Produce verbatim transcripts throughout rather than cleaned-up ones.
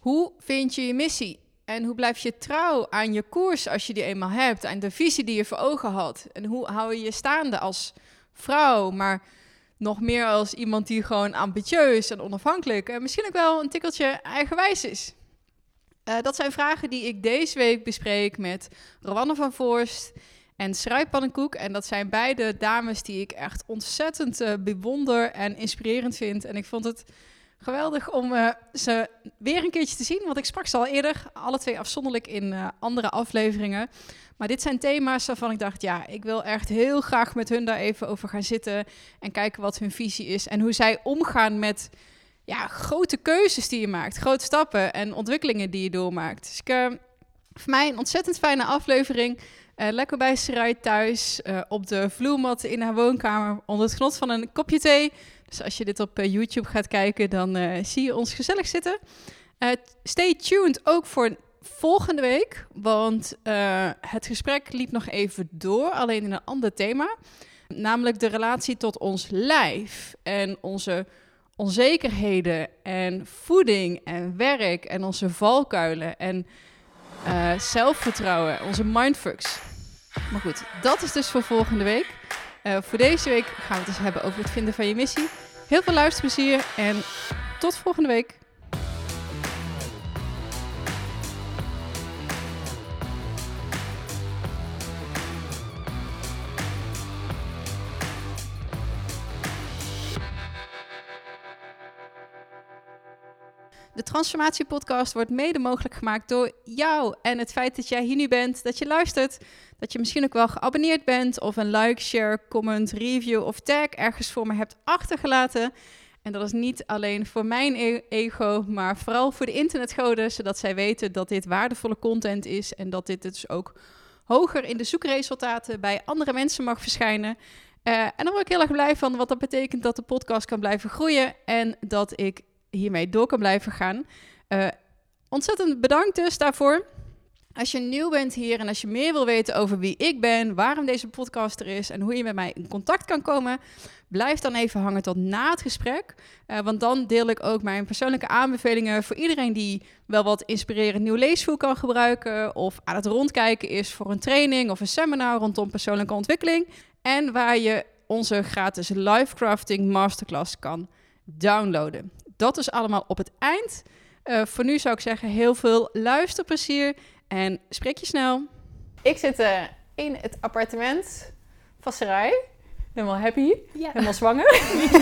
Hoe vind je je missie? En hoe blijf je trouw aan je koers als je die eenmaal hebt? En de visie die je voor ogen had? En hoe hou je je staande als vrouw, maar nog meer als iemand die gewoon ambitieus en onafhankelijk en misschien ook wel een tikkeltje eigenwijs is? Uh, dat zijn vragen die ik deze week bespreek met Rowanne van Voorst en Sarai Pannenkoek. En dat zijn beide dames die ik echt ontzettend uh, bewonder en inspirerend vind. En ik vond het geweldig om uh, ze weer een keertje te zien. Want ik sprak ze al eerder, alle twee afzonderlijk in uh, andere afleveringen. Maar dit zijn thema's waarvan ik dacht, ja, ik wil echt heel graag met hun daar even over gaan zitten. En kijken wat hun visie is. En hoe zij omgaan met ja, grote keuzes die je maakt. Grote stappen en ontwikkelingen die je doormaakt. Dus ik, uh, voor mij een ontzettend fijne aflevering. Uh, lekker bij Sarai thuis, uh, op de vloermat in haar woonkamer, onder het genot van een kopje thee. Dus als je dit op uh, YouTube gaat kijken, dan uh, zie je ons gezellig zitten. Uh, stay tuned ook voor volgende week, want uh, het gesprek liep nog even door, alleen in een ander thema. Namelijk de relatie tot ons lijf en onze onzekerheden en voeding en werk en onze valkuilen en uh, zelfvertrouwen, onze mindfucks. Maar goed, dat is dus voor volgende week. Uh, voor deze week gaan we het dus hebben over het vinden van je missie. Heel veel luisterplezier en tot volgende week. De Transformatie-podcast wordt mede mogelijk gemaakt door jou. En het feit dat jij hier nu bent, dat je luistert, dat je misschien ook wel geabonneerd bent of een like, share, comment, review of tag ergens voor me hebt achtergelaten. En dat is niet alleen voor mijn e- ego, maar vooral voor de internetgoden, zodat zij weten dat dit waardevolle content is en dat dit dus ook hoger in de zoekresultaten bij andere mensen mag verschijnen. Uh, en daar word ik heel erg blij van, want dat betekent dat de podcast kan blijven groeien en dat ik hiermee door kan blijven gaan. Uh, ontzettend bedankt dus daarvoor. Als je nieuw bent hier en als je meer wil weten over wie ik ben, waarom deze podcast er is en hoe je met mij in contact kan komen, blijf dan even hangen tot na het gesprek. Uh, want dan deel ik ook mijn persoonlijke aanbevelingen voor iedereen die wel wat inspirerend nieuw leesvoer kan gebruiken of aan het rondkijken is voor een training of een seminar rondom persoonlijke ontwikkeling. En waar je onze gratis Life Crafting Masterclass kan downloaden. Dat is allemaal op het eind. Uh, voor nu zou ik zeggen heel veel luisterplezier en spreek je snel. Ik zit uh, in het appartement van Sarai. Helemaal happy. Ja. Helemaal zwanger.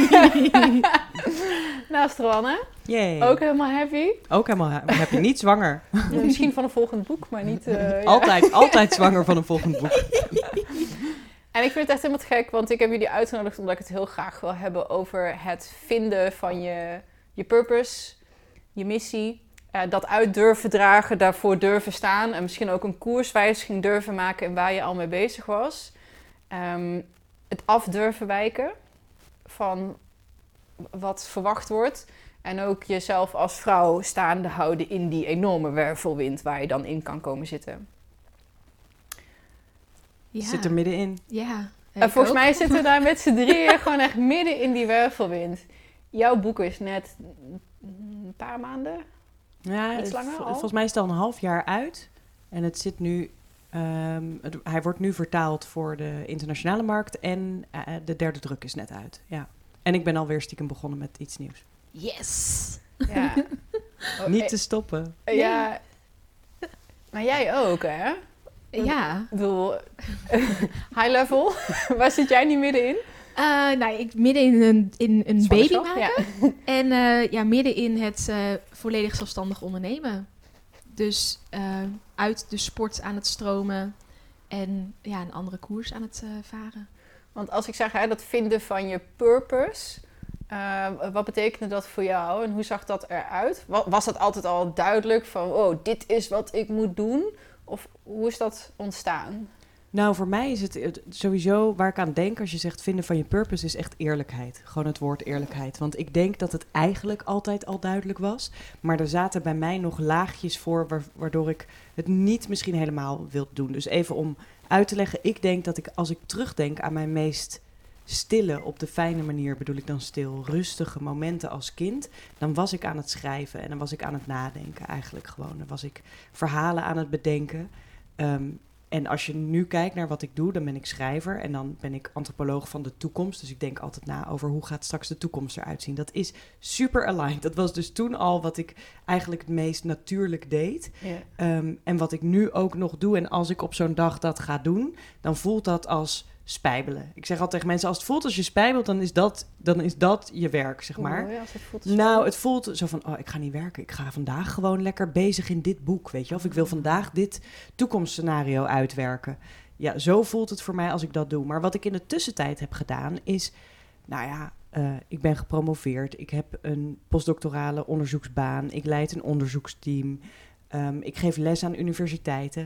Naast Rowanne. Yay. Ook helemaal happy. Ook helemaal ha- happy. Niet zwanger. Misschien van een volgend boek, maar niet... Uh, altijd, ja. altijd zwanger van een volgend boek. En ik vind het echt helemaal te gek, want ik heb jullie uitgenodigd omdat ik het heel graag wil hebben over het vinden van je, je purpose, je missie. Uh, dat uit durven dragen, daarvoor durven staan en misschien ook een koerswijziging durven maken in waar je al mee bezig was. Um, het af durven wijken van wat verwacht wordt. En ook jezelf als vrouw staande houden in die enorme wervelwind waar je dan in kan komen zitten. Ja. Zit er middenin. Ja. En volgens ook. mij zitten we daar met z'n drieën gewoon echt midden in die wervelwind. Jouw boek is net een paar maanden, ja, iets langer v- al. Volgens mij is het al een half jaar uit. En het zit nu... Um, het, hij wordt nu vertaald voor de internationale markt. En uh, de derde druk is net uit. Ja. En ik ben alweer stiekem begonnen met iets nieuws. Yes! Ja. Oh, Niet te stoppen. Nee. Ja. Maar jij ook, hè? Ja. Ik bedoel, high level, waar zit jij niet middenin? Uh, nou, ik midden in een, in een baby maken. Ja. En uh, ja, midden in het uh, volledig zelfstandig ondernemen. Dus uh, uit de sport aan het stromen en ja, een andere koers aan het uh, varen. Want als ik zeg, hè, dat vinden van je purpose, uh, wat betekende dat voor jou en hoe zag dat eruit? Was dat altijd al duidelijk van, oh, dit is wat ik moet doen? Of hoe is dat ontstaan? Nou, voor mij is het sowieso waar ik aan denk als je zegt vinden van je purpose is echt eerlijkheid. Gewoon het woord eerlijkheid. Want ik denk dat het eigenlijk altijd al duidelijk was. Maar er zaten bij mij nog laagjes voor waardoor ik het niet misschien helemaal wil doen. Dus even om uit te leggen. Ik denk dat ik als ik terugdenk aan mijn meest stille, op de fijne manier bedoel ik dan stil, rustige momenten als kind, dan was ik aan het schrijven en dan was ik aan het nadenken eigenlijk gewoon. Dan was ik verhalen aan het bedenken. Um, en als je nu kijkt naar wat ik doe, dan ben ik schrijver en dan ben ik antropoloog van de toekomst. Dus ik denk altijd na over hoe gaat straks de toekomst eruit zien. Dat is super aligned. Dat was dus toen al wat ik eigenlijk het meest natuurlijk deed. Yeah. Um, en wat ik nu ook nog doe. En als ik op zo'n dag dat ga doen, dan voelt dat als spijbelen. Ik zeg altijd tegen mensen, als het voelt als je spijbelt, dan is dat, dan is dat je werk, zeg maar. Oh, ja, als het voelt nou, het voelt zo van, oh, ik ga niet werken. Ik ga vandaag gewoon lekker bezig in dit boek, weet je. Of ik wil vandaag dit toekomstscenario uitwerken. Ja, zo voelt het voor mij als ik dat doe. Maar wat ik in de tussentijd heb gedaan is, nou ja, uh, ik ben gepromoveerd. Ik heb een postdoctorale onderzoeksbaan. Ik leid een onderzoeksteam. Um, ik geef les aan universiteiten.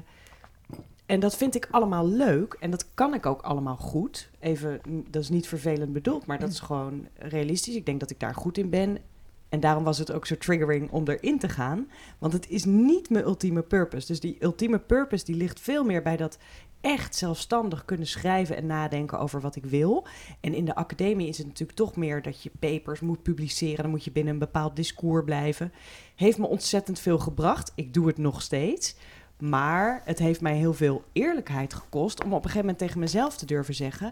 En dat vind ik allemaal leuk en dat kan ik ook allemaal goed. Even, dat is niet vervelend bedoeld, maar dat is gewoon realistisch. Ik denk dat ik daar goed in ben. En daarom was het ook zo triggering om erin te gaan. Want het is niet mijn ultieme purpose. Dus die ultieme purpose die ligt veel meer bij dat echt zelfstandig kunnen schrijven en nadenken over wat ik wil. En in de academie is het natuurlijk toch meer dat je papers moet publiceren. Dan moet je binnen een bepaald discours blijven. Heeft me ontzettend veel gebracht. Ik doe het nog steeds. Maar het heeft mij heel veel eerlijkheid gekost om op een gegeven moment tegen mezelf te durven zeggen,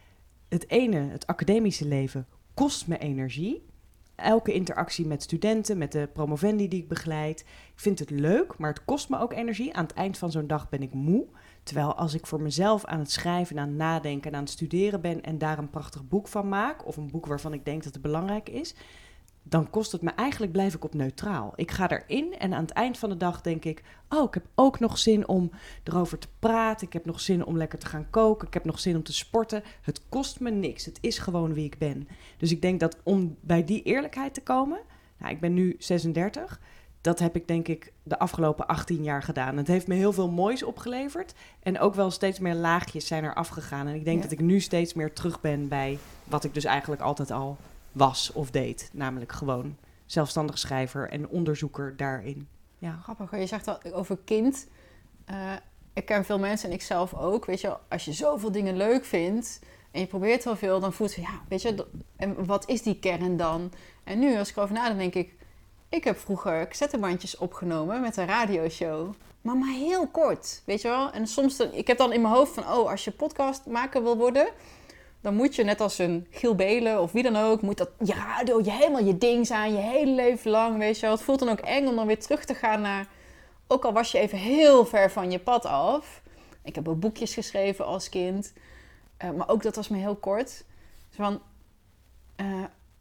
het ene, het academische leven, kost me energie. Elke interactie met studenten, met de promovendi die ik begeleid. Ik vind het leuk, maar het kost me ook energie. Aan het eind van zo'n dag ben ik moe. Terwijl als ik voor mezelf aan het schrijven, aan het nadenken en aan het studeren ben en daar een prachtig boek van maak, of een boek waarvan ik denk dat het belangrijk is, dan kost het me eigenlijk, blijf ik op neutraal. Ik ga erin en aan het eind van de dag denk ik, oh, ik heb ook nog zin om erover te praten. Ik heb nog zin om lekker te gaan koken. Ik heb nog zin om te sporten. Het kost me niks. Het is gewoon wie ik ben. Dus ik denk dat om bij die eerlijkheid te komen, nou, ik ben nu zesendertig, dat heb ik denk ik de afgelopen achttien jaar gedaan. Het heeft me heel veel moois opgeleverd en ook wel steeds meer laagjes zijn er afgegaan. En ik denk ja. dat ik nu steeds meer terug ben bij wat ik dus eigenlijk altijd al was of deed. Namelijk gewoon zelfstandig schrijver en onderzoeker daarin. Ja. Grappig, je zegt al over kind. Uh, ik ken veel mensen en ik zelf ook. Weet je, als je zoveel dingen leuk vindt en je probeert wel veel, dan voelt je, ja, weet je, en wat is die kern dan? En nu, als ik erover nadenk, denk ik, ik heb vroeger cassettebandjes opgenomen met een radioshow. Maar maar heel kort, weet je wel? En soms, ik heb dan in mijn hoofd van, oh, als je podcastmaker wil worden, dan moet je net als een Giel Belen of wie dan ook, moet dat je radio, je helemaal je ding zijn, je hele leven lang, weet je wel. Het voelt dan ook eng om dan weer terug te gaan naar, ook al was je even heel ver van je pad af. Ik heb ook boekjes geschreven als kind, uh, maar ook dat was me heel kort. Dus van, uh,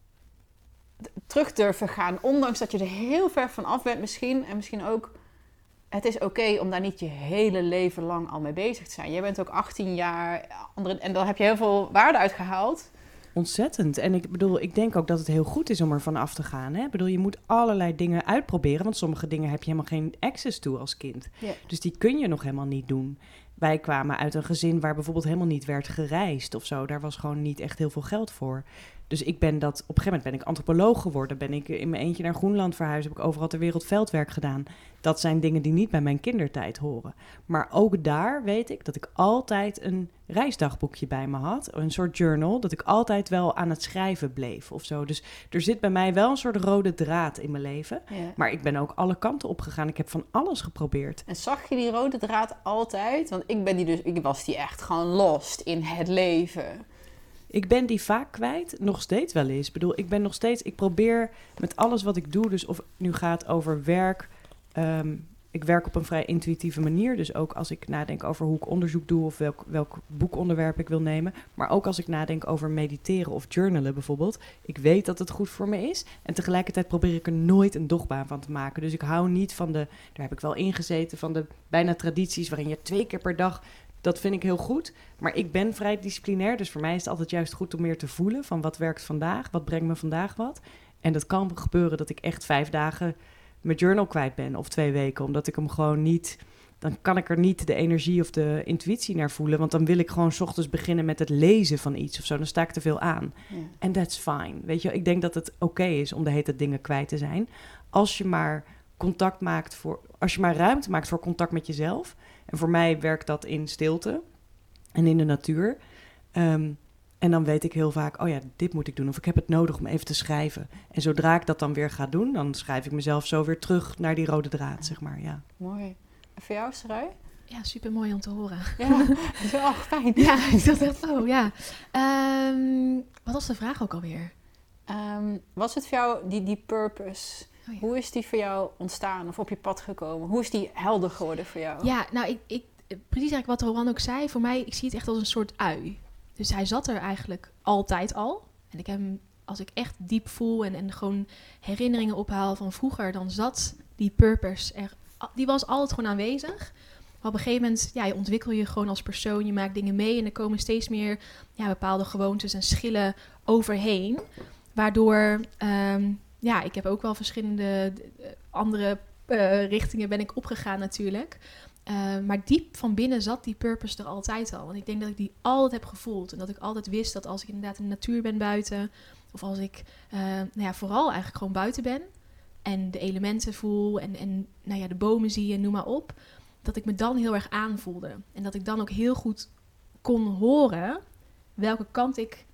terug durven gaan, ondanks dat je er heel ver van af bent misschien. En misschien ook, het is oké okay om daar niet je hele leven lang al mee bezig te zijn. Jij bent ook achttien jaar andere, en daar heb je heel veel waarde uit gehaald. Ontzettend. En ik bedoel, ik denk ook dat het heel goed is om er van af te gaan. Hè? Ik bedoel, je moet allerlei dingen uitproberen, want sommige dingen heb je helemaal geen access toe als kind. Ja. Dus die kun je nog helemaal niet doen. Wij kwamen uit een gezin waar bijvoorbeeld helemaal niet werd gereisd of zo. Daar was gewoon niet echt heel veel geld voor. Dus ik ben dat, op een gegeven moment ben ik antropoloog geworden. Ben ik in mijn eentje naar Groenland verhuisd. Heb ik overal ter wereld veldwerk gedaan. Dat zijn dingen die niet bij mijn kindertijd horen. Maar ook daar weet ik dat ik altijd een reisdagboekje bij me had. Een soort journal. Dat ik altijd wel aan het schrijven bleef of zo. Dus er zit bij mij wel een soort rode draad in mijn leven. Ja. Maar ik ben ook alle kanten opgegaan. Ik heb van alles geprobeerd. En zag je die rode draad altijd? Want ik ben die dus, ik was die echt gewoon lost in het leven. Ik ben die vaak kwijt, nog steeds wel eens. Ik bedoel, ik ben nog steeds, ik probeer met alles wat ik doe, dus of het nu gaat over werk, um, ik werk op een vrij intuïtieve manier. Dus ook als ik nadenk over hoe ik onderzoek doe of welk, welk boekonderwerp ik wil nemen. Maar ook als ik nadenk over mediteren of journalen bijvoorbeeld. Ik weet dat het goed voor me is. En tegelijkertijd probeer ik er nooit een dogbaan van te maken. Dus ik hou niet van de, daar heb ik wel ingezeten, van de bijna tradities waarin je twee keer per dag. Dat vind ik heel goed, maar ik ben vrij disciplinair. Dus voor mij is het altijd juist goed om meer te voelen van wat werkt vandaag, wat brengt me vandaag wat. En dat kan gebeuren dat ik echt vijf dagen mijn journal kwijt ben of twee weken. Omdat ik hem gewoon niet, dan kan ik er niet de energie of de intuïtie naar voelen. Want dan wil ik gewoon 's ochtends beginnen met het lezen van iets of zo. Dan sta ik te veel aan. En ja. that's fine. Weet je, ik denk dat het oké okay is om de hele tijd dingen kwijt te zijn. Als je maar contact maakt voor, als je maar ruimte maakt voor contact met jezelf. En voor mij werkt dat in stilte en in de natuur. Um, En dan weet ik heel vaak, oh ja, dit moet ik doen. Of ik heb het nodig om even te schrijven. En zodra ik dat dan weer ga doen, dan schrijf ik mezelf zo weer terug naar die rode draad, zeg maar. Ja. Mooi. En voor jou, Sarai? Ja, super mooi om te horen. Ja, dat is wel fijn. Ja, ik dacht echt, oh ja. Um, wat was de vraag ook alweer? Um, was het voor jou, die, die purpose, oh ja. hoe is die voor jou ontstaan of op je pad gekomen? Hoe is die helder geworden voor jou? Ja, nou, ik, ik, precies eigenlijk wat Rowan ook zei. Voor mij, ik zie het echt als een soort ui. Dus hij zat er eigenlijk altijd al. En ik heb hem, als ik echt diep voel en, en gewoon herinneringen ophaal van vroeger, dan zat die purpose er. Die was altijd gewoon aanwezig. Maar op een gegeven moment, ja, je ontwikkel je gewoon als persoon. Je maakt dingen mee en er komen steeds meer ja, bepaalde gewoontes en schillen overheen. Waardoor, um, ja, ik heb ook wel verschillende uh, andere uh, richtingen ben ik opgegaan natuurlijk. Uh, maar diep van binnen zat die purpose er altijd al. En ik denk dat ik die altijd heb gevoeld. En dat ik altijd wist dat als ik inderdaad in de natuur ben buiten, of als ik uh, nou ja, vooral eigenlijk gewoon buiten ben en de elementen voel en, en nou ja, de bomen zie en noem maar op, dat ik me dan heel erg aanvoelde. En dat ik dan ook heel goed kon horen welke kant ik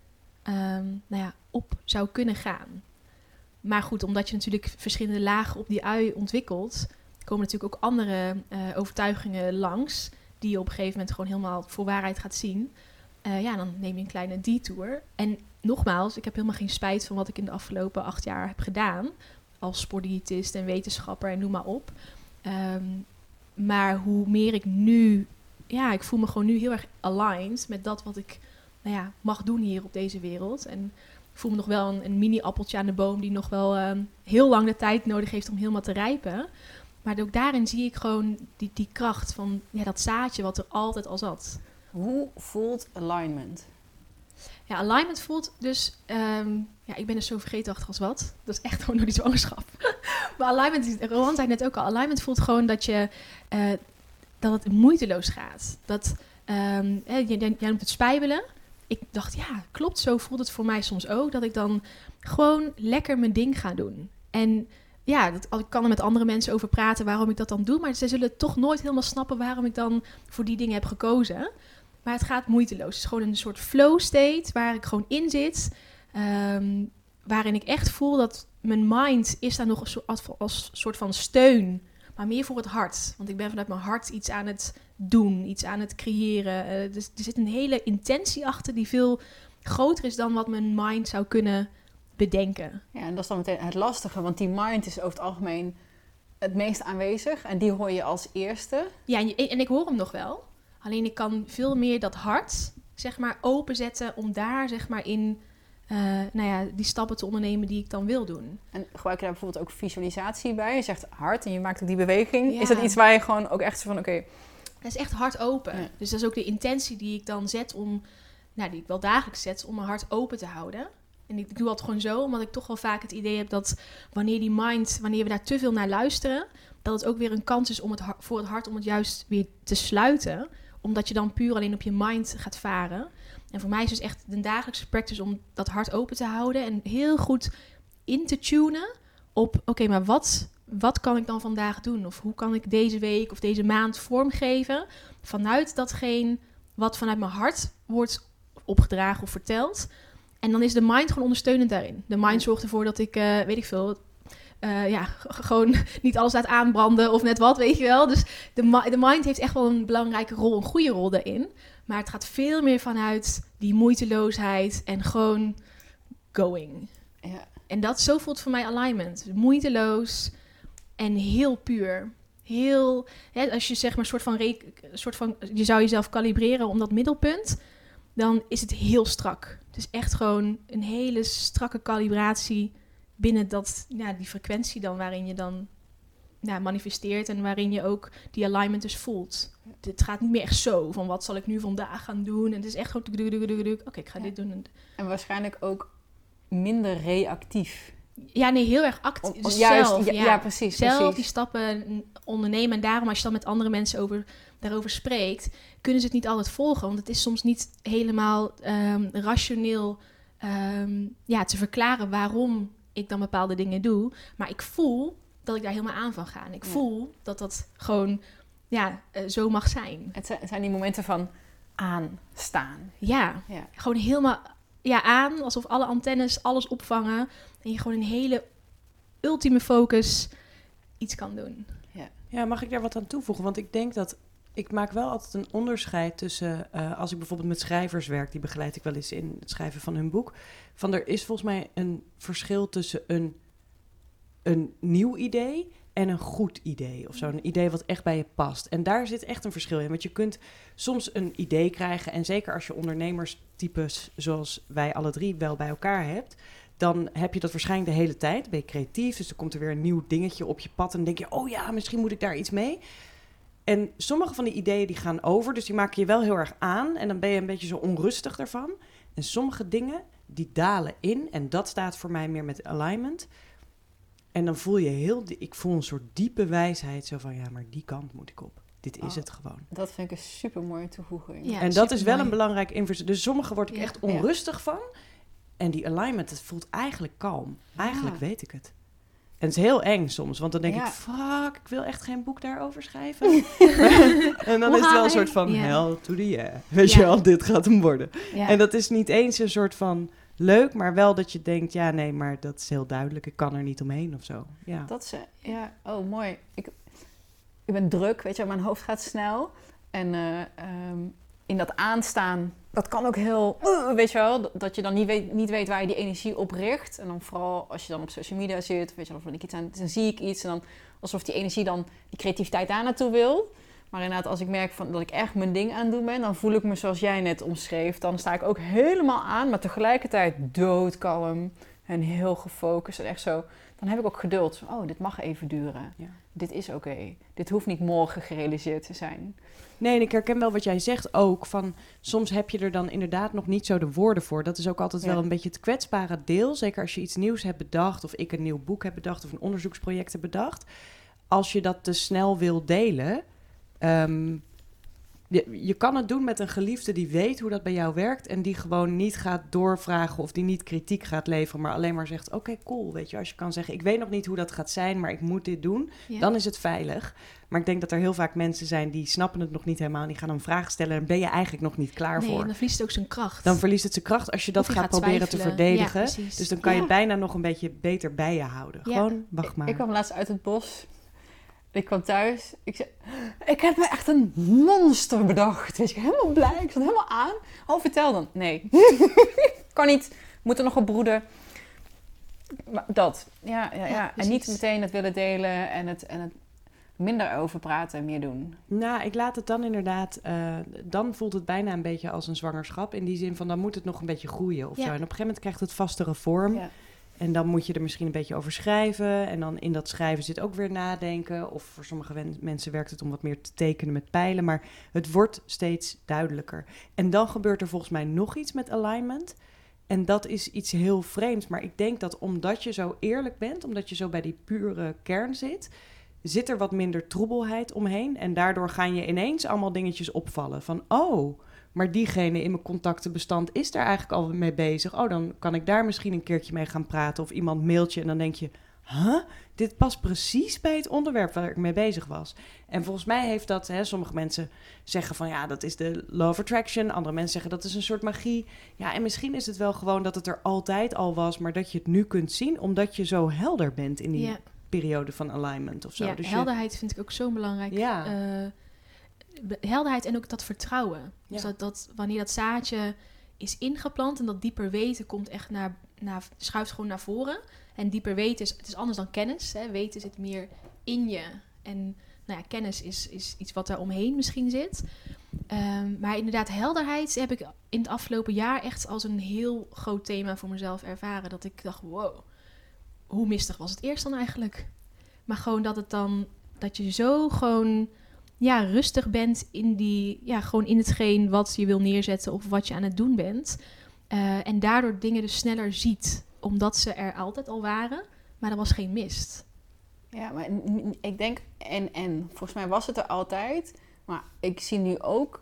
um, nou ja, op zou kunnen gaan. Maar goed, omdat je natuurlijk verschillende lagen op die ui ontwikkelt, komen natuurlijk ook andere uh, overtuigingen langs, die je op een gegeven moment gewoon helemaal voor waarheid gaat zien. Uh, ja, dan neem je een kleine detour. En nogmaals, ik heb helemaal geen spijt van wat ik in de afgelopen acht jaar heb gedaan, als sportdiëtist en wetenschapper en noem maar op. Um, maar hoe meer ik nu, ja, ik voel me gewoon nu heel erg aligned met dat wat ik, nou ja, mag doen hier op deze wereld. En ik voel me nog wel een, een mini-appeltje aan de boom die nog wel um, heel lang de tijd nodig heeft om helemaal te rijpen. Maar ook daarin zie ik gewoon die, die kracht van ja, dat zaadje wat er altijd al zat. Hoe voelt alignment? Ja, alignment voelt dus... Um, ja, ik ben dus zo vergeetachtig als wat. Dat is echt gewoon door die zwangerschap. Maar alignment, Rowan zei net ook al, alignment voelt gewoon dat je... Uh, dat het moeiteloos gaat. Dat, um, hè, jij, jij noemt het spijbelen. Ik dacht, ja, klopt, zo voelt het voor mij soms ook. Dat ik dan gewoon lekker mijn ding ga doen. En ja, dat, ik kan er met andere mensen over praten waarom ik dat dan doe. Maar ze zullen toch nooit helemaal snappen waarom ik dan voor die dingen heb gekozen. Maar het gaat moeiteloos. Het is gewoon een soort flow state waar ik gewoon in zit. Um, waarin ik echt voel dat mijn mind is daar nog als, als, als soort van steun. Maar meer voor het hart. Want ik ben vanuit mijn hart iets aan het doen. Iets aan het creëren. Uh, dus er zit een hele intentie achter die veel groter is dan wat mijn mind zou kunnen bedenken. Ja, en dat is dan meteen het lastige. Want die mind is over het algemeen het meest aanwezig. En die hoor je als eerste. Ja, en, je, en ik hoor hem nog wel. Alleen ik kan veel meer dat hart, zeg maar, openzetten om daar, zeg maar, in, uh, nou ja, die stappen te ondernemen die ik dan wil doen. En gebruik je daar bijvoorbeeld ook visualisatie bij? Je zegt hart en je maakt ook die beweging. Ja. Is dat iets waar je gewoon ook echt zo van, oké... Okay. Dat is echt hart open. Ja. Dus dat is ook de intentie die ik dan zet om, nou, die ik wel dagelijks zet, om mijn hart open te houden. En ik doe dat gewoon zo, omdat ik toch wel vaak het idee heb dat wanneer die mind, wanneer we daar te veel naar luisteren, dat het ook weer een kans is om het, voor het hart om het juist weer te sluiten. Omdat je dan puur alleen op je mind gaat varen. En voor mij is dus echt een dagelijkse practice om dat hart open te houden. En heel goed in te tunen op, oké, okay, maar wat, wat kan ik dan vandaag doen? Of hoe kan ik deze week of deze maand vormgeven vanuit datgene wat vanuit mijn hart wordt opgedragen of verteld. En dan is de mind gewoon ondersteunend daarin. De mind zorgt ervoor dat ik, uh, weet ik veel... Uh, ja, g- gewoon niet alles laat aanbranden of net wat, weet je wel. Dus de, ma- de mind heeft echt wel een belangrijke rol, een goede rol daarin. Maar het gaat veel meer vanuit die moeiteloosheid en gewoon going. Ja. En dat, zo voelt voor mij alignment. Moeiteloos en heel puur. Heel, hè, als je zeg maar soort van, re- soort van, je zou jezelf kalibreren om dat middelpunt, dan is het heel strak. Het is echt gewoon een hele strakke kalibratie binnen dat, ja, die frequentie dan waarin je dan ja, manifesteert en waarin je ook die alignment dus voelt. Ja. Het gaat niet meer echt zo van wat zal ik nu vandaag gaan doen. En het is echt gewoon oké, okay, ik ga ja. dit doen. En waarschijnlijk ook minder reactief. Ja, nee, heel erg actief. Om, dus juist, zelf, ja, ja, ja, precies. Zelf precies. die stappen ondernemen. En daarom als je dan met andere mensen over, daarover spreekt, kunnen ze het niet altijd volgen. Want het is soms niet helemaal um, rationeel um, ja, te verklaren waarom ik dan bepaalde dingen doe. Maar ik voel dat ik daar helemaal aan van ga. En ik ja. voel dat dat gewoon ja, uh, zo mag zijn. Het zijn die momenten van aanstaan. Ja, ja. gewoon helemaal ja, aan, alsof alle antennes alles opvangen. En je gewoon een hele ultieme focus iets kan doen. Ja, mag ik daar wat aan toevoegen? Want ik denk dat... Ik maak wel altijd een onderscheid tussen... Uh, als ik bijvoorbeeld met schrijvers werk... die begeleid ik wel eens in het schrijven van hun boek... van er is volgens mij een verschil tussen een, een nieuw idee... en een goed idee of zo. Een idee wat echt bij je past. En daar zit echt een verschil in. Want je kunt soms een idee krijgen... en zeker als je ondernemerstypes zoals wij alle drie wel bij elkaar hebt... dan heb je dat waarschijnlijk de hele tijd. Ben je creatief, dus dan komt er weer een nieuw dingetje op je pad... en dan denk je, oh ja, misschien moet ik daar iets mee... En sommige van die ideeën die gaan over, dus die maken je wel heel erg aan. En dan ben je een beetje zo onrustig daarvan. En sommige dingen, die dalen in. En dat staat voor mij meer met alignment. En dan voel je heel... Ik voel een soort diepe wijsheid. Zo van, ja, maar die kant moet ik op. Dit is oh, het gewoon. Dat vind ik een super mooie toevoeging. Ja, en dat is wel een belangrijk investering. Dus sommige word ik ja, echt onrustig ja. van. En die alignment, het voelt eigenlijk kalm. Eigenlijk ja. weet ik het. En het is heel eng soms, want dan denk ja. ik... fuck, ik wil echt geen boek daarover schrijven. En dan is het wel een soort van... Yeah. hell to the yeah. Weet ja. je wel, dit gaat hem worden. Ja. En dat is niet eens een soort van leuk... maar wel dat je denkt... ja, nee, maar dat is heel duidelijk. Ik kan er niet omheen of zo. Ja, dat is, ja oh, mooi. Ik, ik ben druk, weet je, mijn hoofd gaat snel. En uh, um, in dat aanstaan... dat kan ook heel, uh, weet je wel, dat je dan niet weet, niet weet waar je die energie op richt. En dan vooral als je dan op social media zit, weet je wel, of ik iets aan, dan zie ik iets en dan alsof die energie dan, die creativiteit daar naartoe wil. Maar inderdaad, als ik merk van, dat ik echt mijn ding aan het doen ben, dan voel ik me zoals jij net omschreef. Dan sta ik ook helemaal aan, maar tegelijkertijd doodkalm en heel gefocust en echt zo. Dan heb ik ook geduld. Oh, dit mag even duren. Ja. Dit is oké. Okay. Dit hoeft niet morgen gerealiseerd te zijn. Nee, en ik herken wel wat jij zegt ook. Van, soms heb je er dan inderdaad nog niet zo de woorden voor. Dat is ook altijd ja. wel een beetje het kwetsbare deel. Zeker als je iets nieuws hebt bedacht... of ik een nieuw boek heb bedacht... of een onderzoeksproject heb bedacht. Als je dat te snel wil delen... Um, je, je kan het doen met een geliefde die weet hoe dat bij jou werkt... en die gewoon niet gaat doorvragen of die niet kritiek gaat leveren... maar alleen maar zegt, oké, okay, cool, weet je. Als je kan zeggen, ik weet nog niet hoe dat gaat zijn... maar ik moet dit doen, ja. dan is het veilig. Maar ik denk dat er heel vaak mensen zijn die snappen het nog niet helemaal... en die gaan een vraag stellen en ben je eigenlijk nog niet klaar nee, voor. dan verliest het ook zijn kracht. Dan verliest het zijn kracht als je dat gaat, gaat proberen twijfelen. te verdedigen. Ja, dus dan kan ja. je bijna nog een beetje beter bij je houden. Ja. Gewoon, wacht maar. Ik, ik kwam laatst uit het bos... Ik kwam thuis, ik zei, ik heb me echt een monster bedacht. Weet je, helemaal blij, ik zat helemaal aan. Oh, vertel dan. Nee, kan niet, moet er nog op broeden. Maar dat, ja, ja, ja. ja en niet meteen het willen delen en het, en het minder over praten en meer doen. Nou, ik laat het dan inderdaad, uh, dan voelt het bijna een beetje als een zwangerschap. In die zin van, dan moet het nog een beetje groeien of ja. zo. En op een gegeven moment krijgt het vastere vorm. Ja. En dan moet je er misschien een beetje over schrijven. En dan in dat schrijven zit ook weer nadenken. Of voor sommige wen- mensen werkt het om wat meer te tekenen met pijlen. Maar het wordt steeds duidelijker. En dan gebeurt er volgens mij nog iets met alignment. En dat is iets heel vreemds. Maar ik denk dat omdat je zo eerlijk bent, omdat je zo bij die pure kern zit, zit er wat minder troebelheid omheen. En daardoor gaan je ineens allemaal dingetjes opvallen. Van, oh... maar diegene in mijn contactenbestand is daar eigenlijk al mee bezig. Oh, dan kan ik daar misschien een keertje mee gaan praten. Of iemand mailt je en dan denk je... huh? Dit past precies bij het onderwerp waar ik mee bezig was. En volgens mij heeft dat... Hè, sommige mensen zeggen van ja, dat is de law of attraction. Andere mensen zeggen dat is een soort magie. Ja, en misschien is het wel gewoon dat het er altijd al was... maar dat je het nu kunt zien omdat je zo helder bent in die ja. periode van alignment of zo. Ja, dus helderheid je... vind ik ook zo belangrijk. Ja. Uh, helderheid en ook dat vertrouwen. Ja. Dus dat, dat wanneer dat zaadje is ingeplant en dat dieper weten komt echt naar, naar schuift gewoon naar voren. En dieper weten is, het is anders dan kennis. Hè. Weten zit meer in je. En nou ja, kennis is, is iets wat daar omheen misschien zit. Um, maar inderdaad, helderheid heb ik in het afgelopen jaar echt als een heel groot thema voor mezelf ervaren. Dat ik dacht, wow, hoe mistig was het eerst dan eigenlijk? Maar gewoon dat het dan, dat je zo gewoon... ja, rustig bent in die, ja, gewoon in hetgeen wat je wil neerzetten of wat je aan het doen bent. Uh, en daardoor dingen dus sneller ziet, omdat ze er altijd al waren, maar er was geen mist. Ja, maar ik denk en en. Volgens mij was het er altijd, maar ik zie nu ook,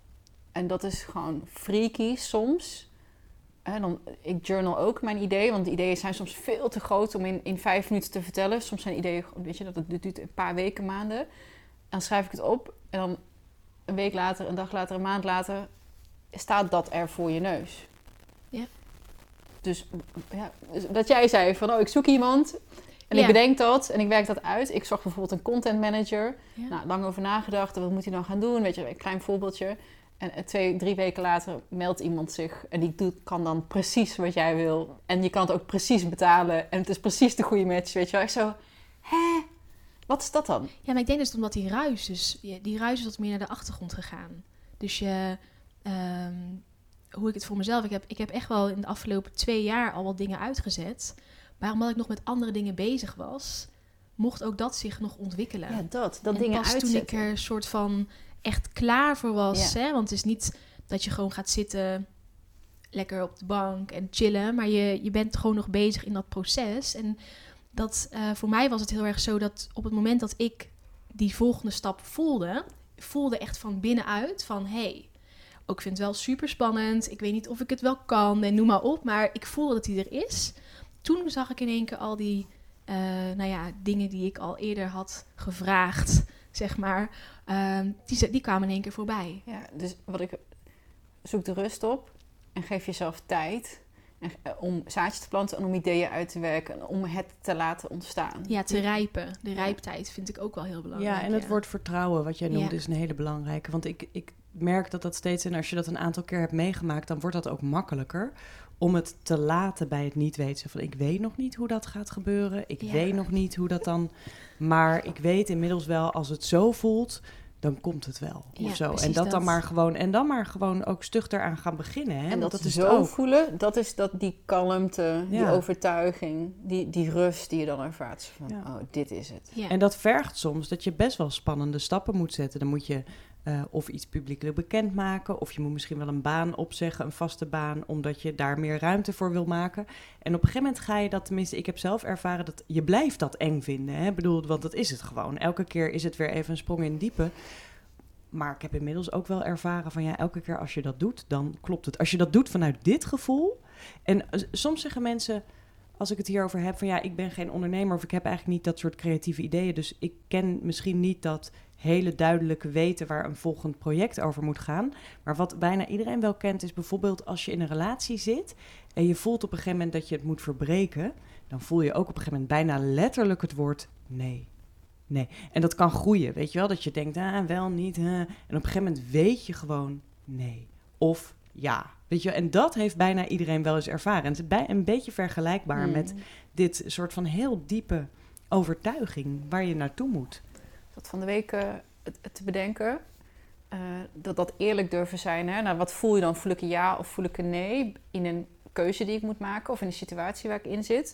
en dat is gewoon freaky soms. En dan, ik journal ook mijn ideeën, want de ideeën zijn soms veel te groot om in, in vijf minuten te vertellen. Soms zijn ideeën, weet je, dat het duurt een paar weken, maanden. Dan schrijf ik het op en dan een week later, een dag later, een maand later... staat dat er voor je neus. Ja. dus, ja, dus dat jij zei van, oh, ik zoek iemand en Ja. ik bedenk dat en ik werk dat uit. Ik zag bijvoorbeeld een content manager. Ja. Nou, lang over nagedacht, wat moet hij dan gaan doen? Weet je, een klein voorbeeldje. En eh, twee, drie weken later meldt iemand zich en die doet, kan dan precies wat jij wil. En je kan het ook precies betalen en het is precies de goede match, weet je wel. Ik zo, hè? Wat is dat dan? Ja, maar ik denk dus omdat die ruis, dus ja, die ruis is wat meer naar de achtergrond gegaan. Dus je, ehm, hoe ik het voor mezelf, ik heb, ik heb echt wel in de afgelopen twee jaar al wat dingen uitgezet. Maar omdat ik nog met andere dingen bezig was, mocht ook dat zich nog ontwikkelen. Ja, dat. Dat en dingen pas uitzetten. toen ik er soort van echt klaar voor was. Ja. Hè? Want het is niet dat je gewoon gaat zitten, lekker op de bank en chillen. Maar je, je bent gewoon nog bezig in dat proces. En dat, uh, voor mij was het heel erg zo dat op het moment dat ik die volgende stap voelde, voelde echt van binnenuit van, hé, hey, ook ik vind het wel super spannend. Ik weet niet of ik het wel kan en noem maar op. Maar ik voelde dat die er is. Toen zag ik in één keer al die uh, nou ja, dingen die ik al eerder had gevraagd, zeg maar. Uh, die, die kwamen in één keer voorbij. Ja, dus wat ik zoek de rust op en geef jezelf tijd en, uh, om zaadjes te planten en om ideeën uit te werken en om het te laten ontstaan. Ja, te rijpen. De rijptijd vind ik ook wel heel belangrijk. Ja, en het ja. woord vertrouwen, wat jij noemde, Ja. is een hele belangrijke. Want ik, ik merk dat dat steeds, en als je dat een aantal keer hebt meegemaakt, dan wordt dat ook makkelijker om het te laten bij het niet weten. Van, ik weet nog niet hoe dat gaat gebeuren. Ik Ja. weet nog niet hoe dat dan... Maar ik weet inmiddels wel, als het zo voelt, dan komt het wel. Ja, of zo. precies En dat, dat. dan maar gewoon, en dan maar gewoon ook stug eraan gaan beginnen. Hè? En Want dat, dat is zo het ook. voelen, dat is dat die kalmte, die Ja. overtuiging, die, die rust die je dan ervaart. Van, Ja. oh, dit is het. Ja. En dat vergt soms dat je best wel spannende stappen moet zetten. Dan moet je uh, of iets publiekelijk bekendmaken, of je moet misschien wel een baan opzeggen, een vaste baan, omdat je daar meer ruimte voor wil maken. En op een gegeven moment ga je dat, tenminste, ik heb zelf ervaren dat je blijft dat eng vinden. Hè? Ik bedoel, want dat is het gewoon. Elke keer is het weer even een sprong in het diepe. Maar ik heb inmiddels ook wel ervaren van ja, elke keer als je dat doet, dan klopt het. Als je dat doet vanuit dit gevoel. En uh, soms zeggen mensen, als ik het hierover heb, van ja, ik ben geen ondernemer of ik heb eigenlijk niet dat soort creatieve ideeën. Dus ik ken misschien niet dat hele duidelijke weten waar een volgend project over moet gaan. Maar wat bijna iedereen wel kent is bijvoorbeeld als je in een relatie zit en je voelt op een gegeven moment dat je het moet verbreken, dan voel je ook op een gegeven moment bijna letterlijk het woord nee. Nee. En dat kan groeien, weet je wel? Dat je denkt, ah, wel, niet. Huh. En op een gegeven moment weet je gewoon nee. Of ja. Weet je, en dat heeft bijna iedereen wel eens ervaren. En het is bij, een beetje vergelijkbaar Hmm. met dit soort van heel diepe overtuiging waar je naartoe moet. Dat van de week uh, het, het te bedenken, uh, dat dat eerlijk durven zijn. Hè? Nou, wat voel je dan? Voel ik een ja of voel ik een nee? In een keuze die ik moet maken of in een situatie waar ik in zit.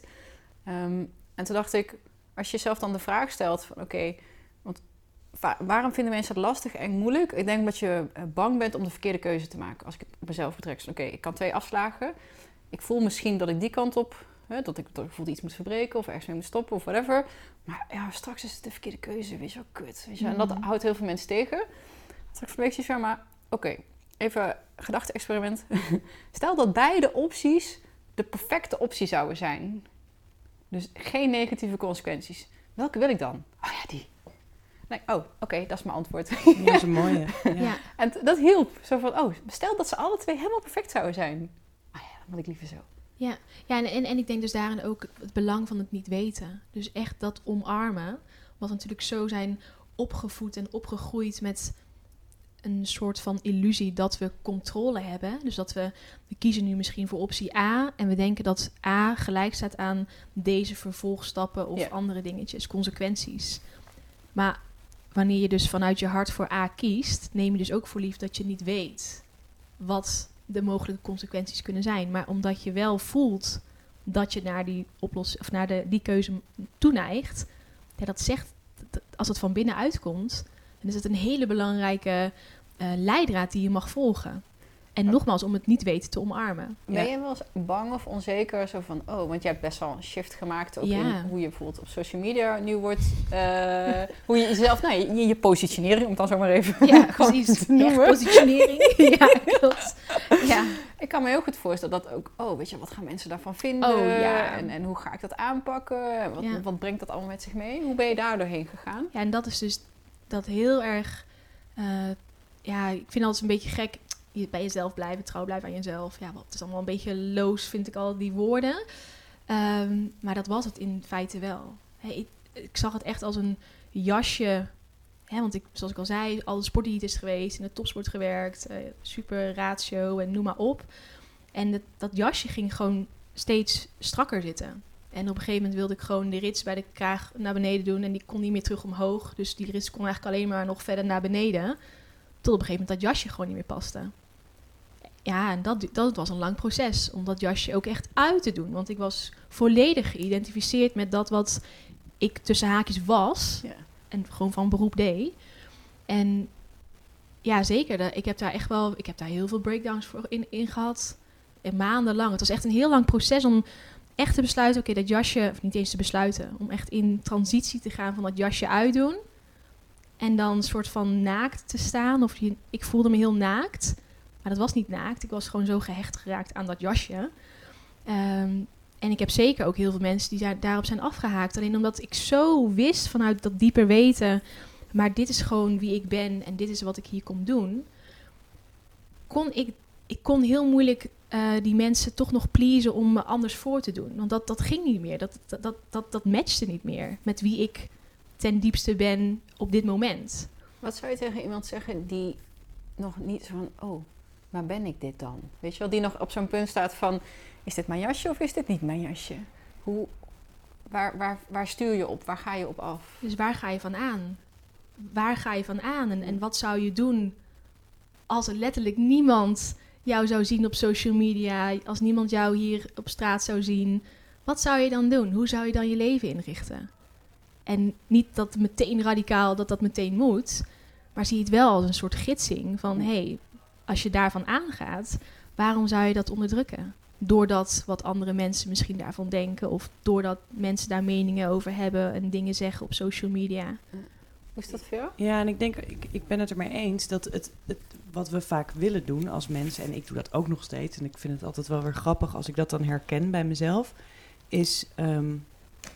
Um, en toen dacht ik, als je jezelf dan de vraag stelt van oké, okay, want va- waarom vinden mensen het lastig en moeilijk? Ik denk dat je bang bent om de verkeerde keuze te maken. Als ik het op mezelf betrek. Oké, okay, ik kan twee afslagen. Ik voel misschien dat ik die kant op, hè, dat ik, dat ik voel iets moet verbreken of ergens mee moet stoppen of whatever. Maar ja, straks is het de verkeerde keuze. Weet je wel, kut. Weet je? Mm-hmm. En dat houdt heel veel mensen tegen. Straks van week van, maar oké, okay, even gedachte-experiment. Stel dat beide opties de perfecte optie zouden zijn. Dus geen negatieve consequenties. Welke wil ik dan? Oh ja, die. Nee, oh, oké, okay, dat is mijn antwoord. Ja, dat is een mooie. Ja. Ja. En t- dat hielp. Zo van, oh, stel dat ze alle twee helemaal perfect zouden zijn. Oh ja, dan wil ik liever zo. Ja, ja en, en, en ik denk dus daarin ook het belang van het niet weten. Dus echt dat omarmen. Wat natuurlijk zo zijn opgevoed en opgegroeid met een soort van illusie dat we controle hebben. Dus dat we, we kiezen nu misschien voor optie A en we denken dat A gelijk staat aan deze vervolgstappen of Ja. andere dingetjes, consequenties. Maar wanneer je dus vanuit je hart voor A kiest, neem je dus ook voor lief dat je niet weet wat de mogelijke consequenties kunnen zijn. Maar omdat je wel voelt dat je naar die oplossing of naar de, die keuze toeneigt, ja, dat zegt, als het van binnen uitkomt, dan is het een hele belangrijke uh, leidraad die je mag volgen. En nogmaals, om het niet weten te omarmen. Ben Ja. je wel eens bang of onzeker? Zo van, oh, want jij hebt best wel een shift gemaakt. Ook Ja. in hoe je bijvoorbeeld op social media nu wordt. Uh, hoe je jezelf, nou, je, je positionering, om het dan zo maar even Ja, gewoon precies. te noemen. Echt positionering. Ja, klopt. Ja. Ik kan me heel goed voorstellen dat ook, oh, weet je, wat gaan mensen daarvan vinden? Oh, ja. En, en hoe ga ik dat aanpakken? Wat, Ja. wat brengt dat allemaal met zich mee? Hoe ben je daar doorheen gegaan? Ja, en dat is dus dat heel erg... Uh, ja, ik vind altijd een beetje gek. je, bij jezelf blijven, trouw blijven aan jezelf. Ja, wat het is allemaal een beetje loos, vind ik al, die woorden. Um, maar dat was het in feite wel. Hey, ik, ik zag het echt als een jasje. Hè, want ik, zoals ik al zei, alle sportdiëtist geweest, in de topsport gewerkt, uh, super ratio en noem maar op. En dat, dat jasje ging gewoon steeds strakker zitten. En op een gegeven moment wilde ik gewoon de rits bij de kraag naar beneden doen. En die kon niet meer terug omhoog. Dus die rits kon eigenlijk alleen maar nog verder naar beneden. Tot op een gegeven moment dat jasje gewoon niet meer paste. Ja, en dat, dat was een lang proces. Om dat jasje ook echt uit te doen. Want ik was volledig geïdentificeerd met dat wat ik tussen haakjes was. Ja. En gewoon van beroep deed. En ja, zeker. Ik heb daar echt wel... Ik heb daar heel veel breakdowns voor in, in gehad. En maandenlang. Het was echt een heel lang proces om... echt te besluiten, oké, okay, dat jasje... of niet eens te besluiten... om echt in transitie te gaan van dat jasje uitdoen... en dan een soort van naakt te staan... of je, ik voelde me heel naakt... maar dat was niet naakt... ik was gewoon zo gehecht geraakt aan dat jasje... Um, en ik heb zeker ook heel veel mensen... die daar, daarop zijn afgehaakt... alleen omdat ik zo wist vanuit dat dieper weten... maar dit is gewoon wie ik ben... en dit is wat ik hier kom doen... kon ik... ik kon heel moeilijk... Uh, die mensen toch nog pleasen om me anders voor te doen. Want dat, dat ging niet meer. Dat, dat, dat, dat, dat matchte niet meer met wie ik ten diepste ben op dit moment. Wat zou je tegen iemand zeggen die nog niet zo van... oh, maar ben ik dit dan? Weet je wel, die nog op zo'n punt staat van... is dit mijn jasje of is dit niet mijn jasje? Hoe, waar, waar, waar stuur je op? Waar ga je op af? Dus waar ga je van aan? Waar ga je van aan? En, en wat zou je doen als er letterlijk niemand... jou zou zien op social media, als niemand jou hier op straat zou zien, wat zou je dan doen? Hoe zou je dan je leven inrichten? En niet dat meteen radicaal, dat dat meteen moet, maar zie het wel als een soort gidsing van, hé, hey, als je daarvan aangaat, waarom zou je dat onderdrukken? Doordat wat andere mensen misschien daarvan denken, of doordat mensen daar meningen over hebben en dingen zeggen op social media. Hoe is dat voor jou? Ja, en ik denk, ik, ik ben het ermee eens dat het, het wat we vaak willen doen als mensen, en ik doe dat ook nog steeds, en ik vind het altijd wel weer grappig als ik dat dan herken bij mezelf, is, um,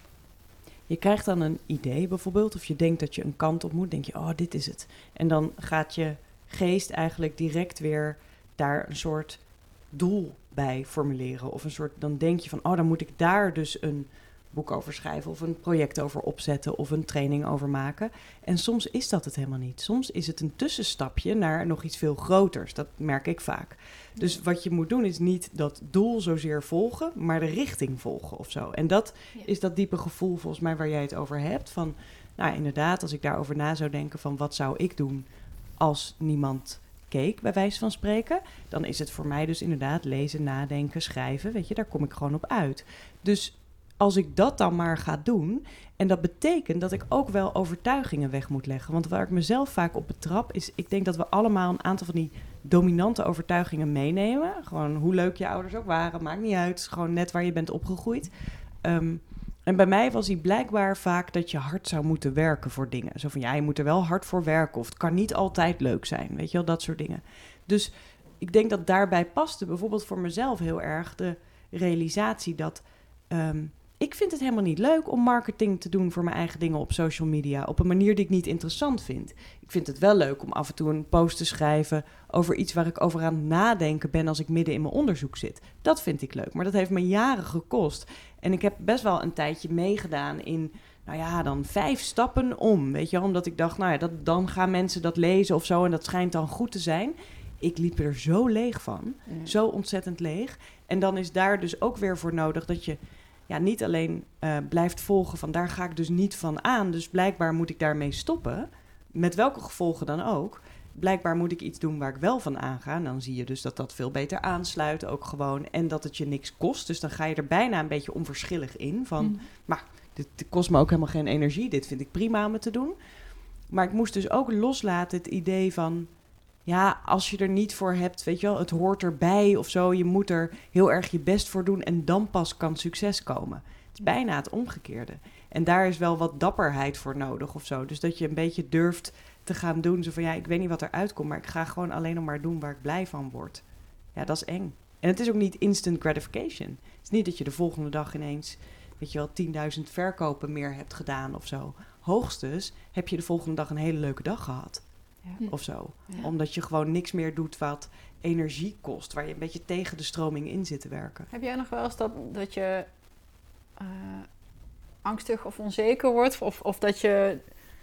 je krijgt dan een idee bijvoorbeeld, of je denkt dat je een kant op moet, denk je, oh, dit is het. En dan gaat je geest eigenlijk direct weer daar een soort doel bij formuleren, of een soort, dan denk je van, oh, dan moet ik daar dus een boek over schrijven of een project over opzetten of een training over maken. En soms is dat het helemaal niet. Soms is het een tussenstapje naar nog iets veel groters. Dat merk ik vaak. Dus wat je moet doen is niet dat doel zozeer volgen, maar de richting volgen of zo. En dat ja. is dat diepe gevoel volgens mij waar jij het over hebt. Van, nou inderdaad, als ik daarover na zou denken van wat zou ik doen als niemand keek, bij wijze van spreken, dan is het voor mij dus inderdaad lezen, nadenken, schrijven. Weet je, daar kom ik gewoon op uit. Dus als ik dat dan maar ga doen, en dat betekent dat ik ook wel overtuigingen weg moet leggen. Want waar ik mezelf vaak op betrap is, ik denk dat we allemaal een aantal van die dominante overtuigingen meenemen. Gewoon hoe leuk je ouders ook waren, maakt niet uit. Gewoon net waar je bent opgegroeid. Um, en bij mij was die blijkbaar vaak dat je hard zou moeten werken voor dingen. Zo van, ja, je moet er wel hard voor werken of het kan niet altijd leuk zijn. Weet je wel, dat soort dingen. Dus ik denk dat daarbij paste bijvoorbeeld voor mezelf heel erg de realisatie dat... Um, ik vind het helemaal niet leuk om marketing te doen voor mijn eigen dingen op social media. Op een manier die ik niet interessant vind. Ik vind het wel leuk om af en toe een post te schrijven over iets waar ik over aan het nadenken ben als ik midden in mijn onderzoek zit. Dat vind ik leuk, maar dat heeft me jaren gekost. En ik heb best wel een tijdje meegedaan in, nou ja, dan vijf stappen om. Weet je wel, omdat ik dacht, nou ja, dat, dan gaan mensen dat lezen of zo en dat schijnt dan goed te zijn. Ik liep er zo leeg van, ja. zo ontzettend leeg. En dan is daar dus ook weer voor nodig dat je... ja, niet alleen uh, blijft volgen van daar ga ik dus niet van aan. Dus blijkbaar moet ik daarmee stoppen. Met welke gevolgen dan ook. Blijkbaar moet ik iets doen waar ik wel van aanga. En dan zie je dus dat dat veel beter aansluit ook gewoon. En dat het je niks kost. Dus dan ga je er bijna een beetje onverschillig in. Van, mm. maar dit, dit kost me ook helemaal geen energie. Dit vind ik prima om het te doen. Maar ik moest dus ook loslaten het idee van... ja, als je er niet voor hebt, weet je wel, het hoort erbij of zo. Je moet er heel erg je best voor doen en dan pas kan succes komen. Het is bijna het omgekeerde. En daar is wel wat dapperheid voor nodig of zo. Dus dat je een beetje durft te gaan doen. Zo van, ja, ik weet niet wat eruit komt, maar ik ga gewoon alleen nog maar doen waar ik blij van word. Ja, dat is eng. En het is ook niet instant gratification. Het is niet dat je de volgende dag ineens, weet je wel, tienduizend verkopen meer hebt gedaan of zo. Hoogstens heb je de volgende dag een hele leuke dag gehad. Ja. of zo. Ja. Omdat je gewoon niks meer doet wat energie kost, waar je een beetje tegen de stroming in zit te werken. Heb jij nog wel eens dat, dat je uh, angstig of onzeker wordt? Of, of dat je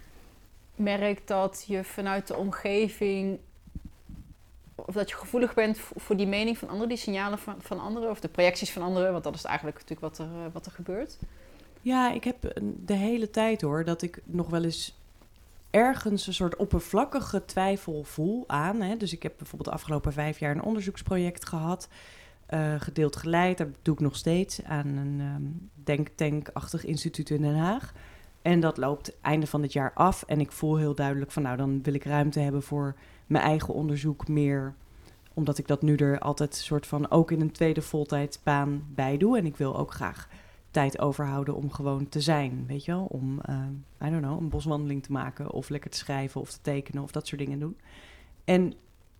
merkt dat je vanuit de omgeving, of dat je gevoelig bent voor die mening van anderen, die signalen van, van anderen, of de projecties van anderen, want dat is eigenlijk natuurlijk wat er, uh, wat er gebeurt. Ja, ik heb de hele tijd hoor, dat ik nog wel eens ergens een soort oppervlakkige twijfel voel aan. Hè. Dus ik heb bijvoorbeeld de afgelopen vijf jaar een onderzoeksproject gehad, uh, gedeeld geleid. Dat doe ik nog steeds aan een um, denktankachtig instituut in Den Haag. En dat loopt einde van het jaar af. En ik voel heel duidelijk van, nou, dan wil ik ruimte hebben voor mijn eigen onderzoek meer. Omdat ik dat nu er altijd soort van ook in een tweede voltijdsbaan bij doe. En ik wil ook graag tijd overhouden om gewoon te zijn, weet je wel? Om, uh, I don't know, een boswandeling te maken of lekker te schrijven of te tekenen of dat soort dingen doen. En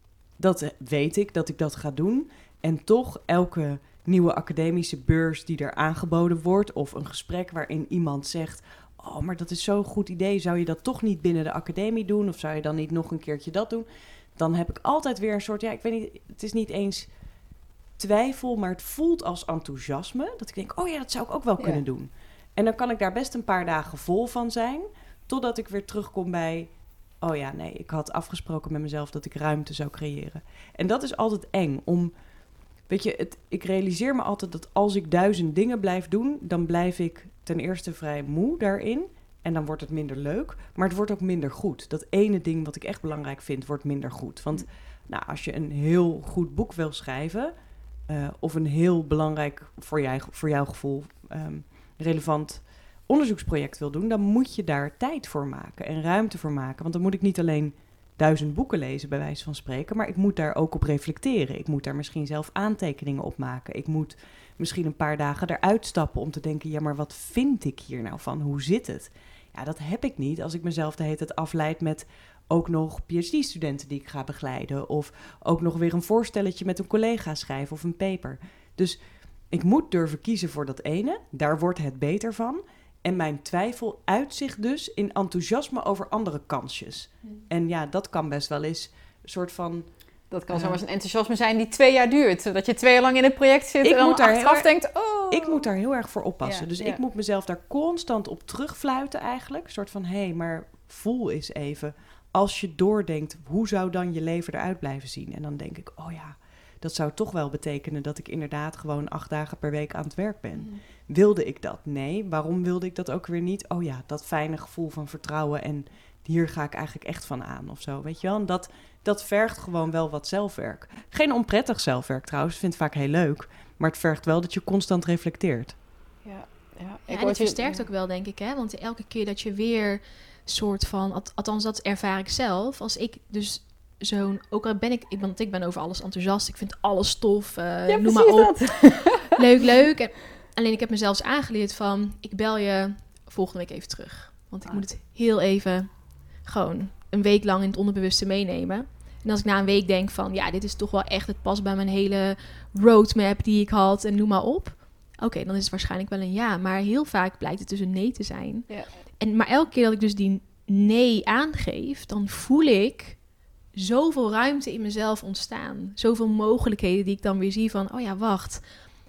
dat weet ik, dat ik dat ga doen. En toch elke nieuwe academische beurs die er aangeboden wordt of een gesprek waarin iemand zegt, oh, maar dat is zo'n goed idee, zou je dat toch niet binnen de academie doen of zou je dan niet nog een keertje dat doen? Dan heb ik altijd weer een soort, ja, ik weet niet, het is niet eens twijfel, maar het voelt als enthousiasme. Dat ik denk, oh ja, dat zou ik ook wel kunnen ja. doen. En dan kan ik daar best een paar dagen vol van zijn, totdat ik weer terugkom bij, oh ja, nee, ik had afgesproken met mezelf dat ik ruimte zou creëren. En dat is altijd eng, om, weet je, het, ik realiseer me altijd dat als ik duizend dingen blijf doen, dan blijf ik ten eerste vrij moe daarin. En dan wordt het minder leuk, maar het wordt ook minder goed. Dat ene ding wat ik echt belangrijk vind, wordt minder goed. Want nou, als je een heel goed boek wil schrijven, Uh, of een heel belangrijk, voor, jij, voor jouw gevoel, um, relevant onderzoeksproject wil doen, dan moet je daar tijd voor maken en ruimte voor maken. Want dan moet ik niet alleen duizend boeken lezen, bij wijze van spreken, maar ik moet daar ook op reflecteren. Ik moet daar misschien zelf aantekeningen op maken. Ik moet misschien een paar dagen eruit stappen om te denken, ja, maar wat vind ik hier nou van? Hoe zit het? Ja, dat heb ik niet als ik mezelf de hele tijd afleid met ook nog P H D-studenten die ik ga begeleiden. Of ook nog weer een voorstelletje met een collega schrijven of een paper. Dus ik moet durven kiezen voor dat ene. Daar wordt het beter van. En mijn twijfel uit zich dus in enthousiasme over andere kansjes. Hmm. En ja, dat kan best wel eens een soort van... Dat kan uh, zomaar een enthousiasme zijn die twee jaar duurt. Dat je twee jaar lang in het project zit ik en dan moet daar achteraf erg, denkt, oh... Ik moet daar heel erg voor oppassen. Ja, dus ja. ik moet mezelf daar constant op terugfluiten eigenlijk. Een soort van, hé, hey, maar voel eens even. Als je doordenkt, hoe zou dan je leven eruit blijven zien? En dan denk ik, oh ja, dat zou toch wel betekenen dat ik inderdaad gewoon acht dagen per week aan het werk ben. Mm. Wilde ik dat? Nee. Waarom wilde ik dat ook weer niet? Oh ja, dat fijne gevoel van vertrouwen en hier ga ik eigenlijk echt van aan of zo, weet je wel? En dat, dat vergt gewoon wel wat zelfwerk. Geen onprettig zelfwerk trouwens, ik vind het vaak heel leuk, maar het vergt wel dat je constant reflecteert. Ja, ja. ja ik en het je, versterkt ja. ook wel, denk ik, hè? Want elke keer dat je weer soort van, althans dat ervaar ik zelf, als ik dus zo'n, ook al ben ik, ik ben, ik ben over alles enthousiast, ik vind alles tof, uh, ja, noem maar op. Dat. leuk, leuk. En, alleen ik heb mezelf aangeleerd van, ik bel je volgende week even terug. Want ik ah. moet het heel even gewoon een week lang in het onderbewuste meenemen. En als ik na een week denk van, ja, dit is toch wel echt, het past bij mijn hele roadmap die ik had en noem maar op. Oké, okay, dan is het waarschijnlijk wel een ja. Maar heel vaak blijkt het dus een nee te zijn. Ja. En, maar elke keer dat ik dus die nee aangeef, dan voel ik zoveel ruimte in mezelf ontstaan. Zoveel mogelijkheden die ik dan weer zie van, oh ja, wacht.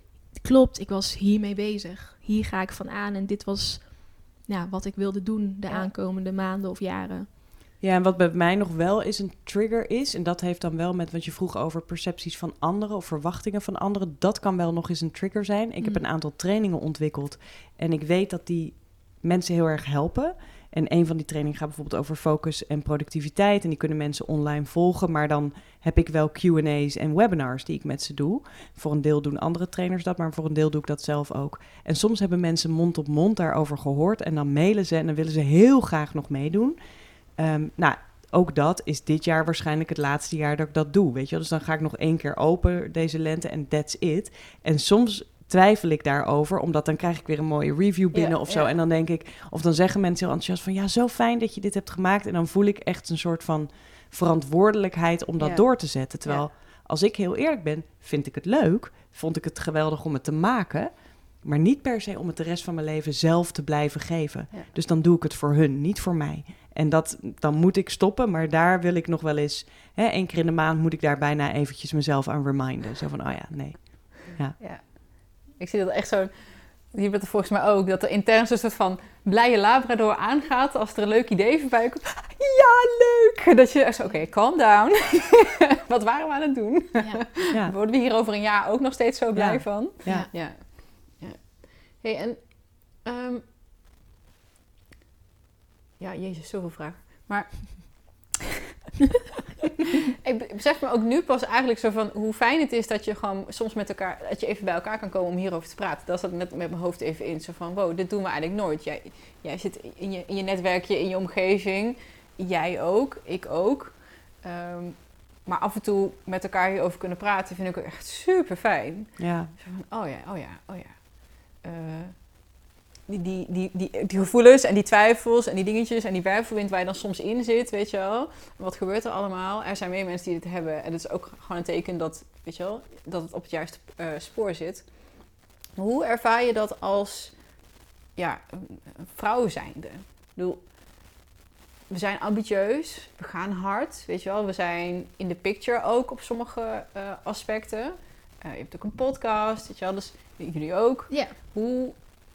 Klopt, ik was hiermee bezig. Hier ga ik van aan. En dit was ja, wat ik wilde doen de ja. aankomende maanden of jaren. Ja, en wat bij mij nog wel is een trigger is, en dat heeft dan wel met, wat je vroeg over percepties van anderen of verwachtingen van anderen, dat kan wel nog eens een trigger zijn. Ik mm. heb een aantal trainingen ontwikkeld en ik weet dat die mensen heel erg helpen. En een van die trainingen gaat bijvoorbeeld over focus en productiviteit en die kunnen mensen online volgen, maar dan heb ik wel Q en A's en webinars die ik met ze doe. Voor een deel doen andere trainers dat, maar voor een deel doe ik dat zelf ook. En soms hebben mensen mond op mond daarover gehoord en dan mailen ze en dan willen ze heel graag nog meedoen. Um, nou, ook dat is dit jaar waarschijnlijk het laatste jaar dat ik dat doe, weet je wel. Dus dan ga ik nog één keer open deze lente en that's it. En soms twijfel ik daarover, omdat dan krijg ik weer een mooie review binnen ja, of zo. Ja. En dan denk ik, of dan zeggen mensen heel enthousiast van, ja, zo fijn dat je dit hebt gemaakt. En dan voel ik echt een soort van verantwoordelijkheid om dat ja. door te zetten. Terwijl, ja. als ik heel eerlijk ben, vind ik het leuk. Vond ik het geweldig om het te maken. Maar niet per se om het de rest van mijn leven zelf te blijven geven. Ja. Dus dan doe ik het voor hun, niet voor mij. En dat, dan moet ik stoppen, maar daar wil ik nog wel eens... Hè, één keer in de maand moet ik daar bijna eventjes mezelf aan reminden. Zo van, oh ja, nee. Ja. Ja. Ik zie dat echt zo... Je bent er volgens mij ook, dat er intern zo'n soort van blije labrador aangaat als er een leuk idee voorbij komt. Ja, leuk! Dat je echt zo, oké, okay, calm down. Wat waren we aan het doen? Ja. Ja. Worden we hier over een jaar ook nog steeds zo blij Ja. van? Ja. Ja. Ja. Hey, en... Um, ja, jezus, zoveel vragen. Maar... ik besef me ook nu pas eigenlijk zo van hoe fijn het is dat je gewoon soms met elkaar, dat je even bij elkaar kan komen om hierover te praten. Dat zat net met mijn hoofd even in. Zo van, wow, dit doen we eigenlijk nooit. Jij, jij zit in je, in je netwerkje, in je omgeving. Jij ook, ik ook. Um, maar af en toe met elkaar hierover kunnen praten vind ik ook echt super fijn. Ja. Zo van, oh ja, oh ja, oh ja. Uh, Die, die, die, die, die gevoelens en die twijfels en die dingetjes en die wervelwind waar je dan soms in zit, weet je wel. Wat gebeurt er allemaal? Er zijn meer mensen die dit hebben. En het is ook gewoon een teken dat, weet je wel, dat het op het juiste uh, spoor zit. Maar hoe ervaar je dat als ja, vrouw zijnde? Ik bedoel, we zijn ambitieus, we gaan hard, weet je wel. We zijn in de picture ook op sommige uh, aspecten. Uh, je hebt ook een podcast, weet je wel. Dus jullie ook. Ja. Hoe...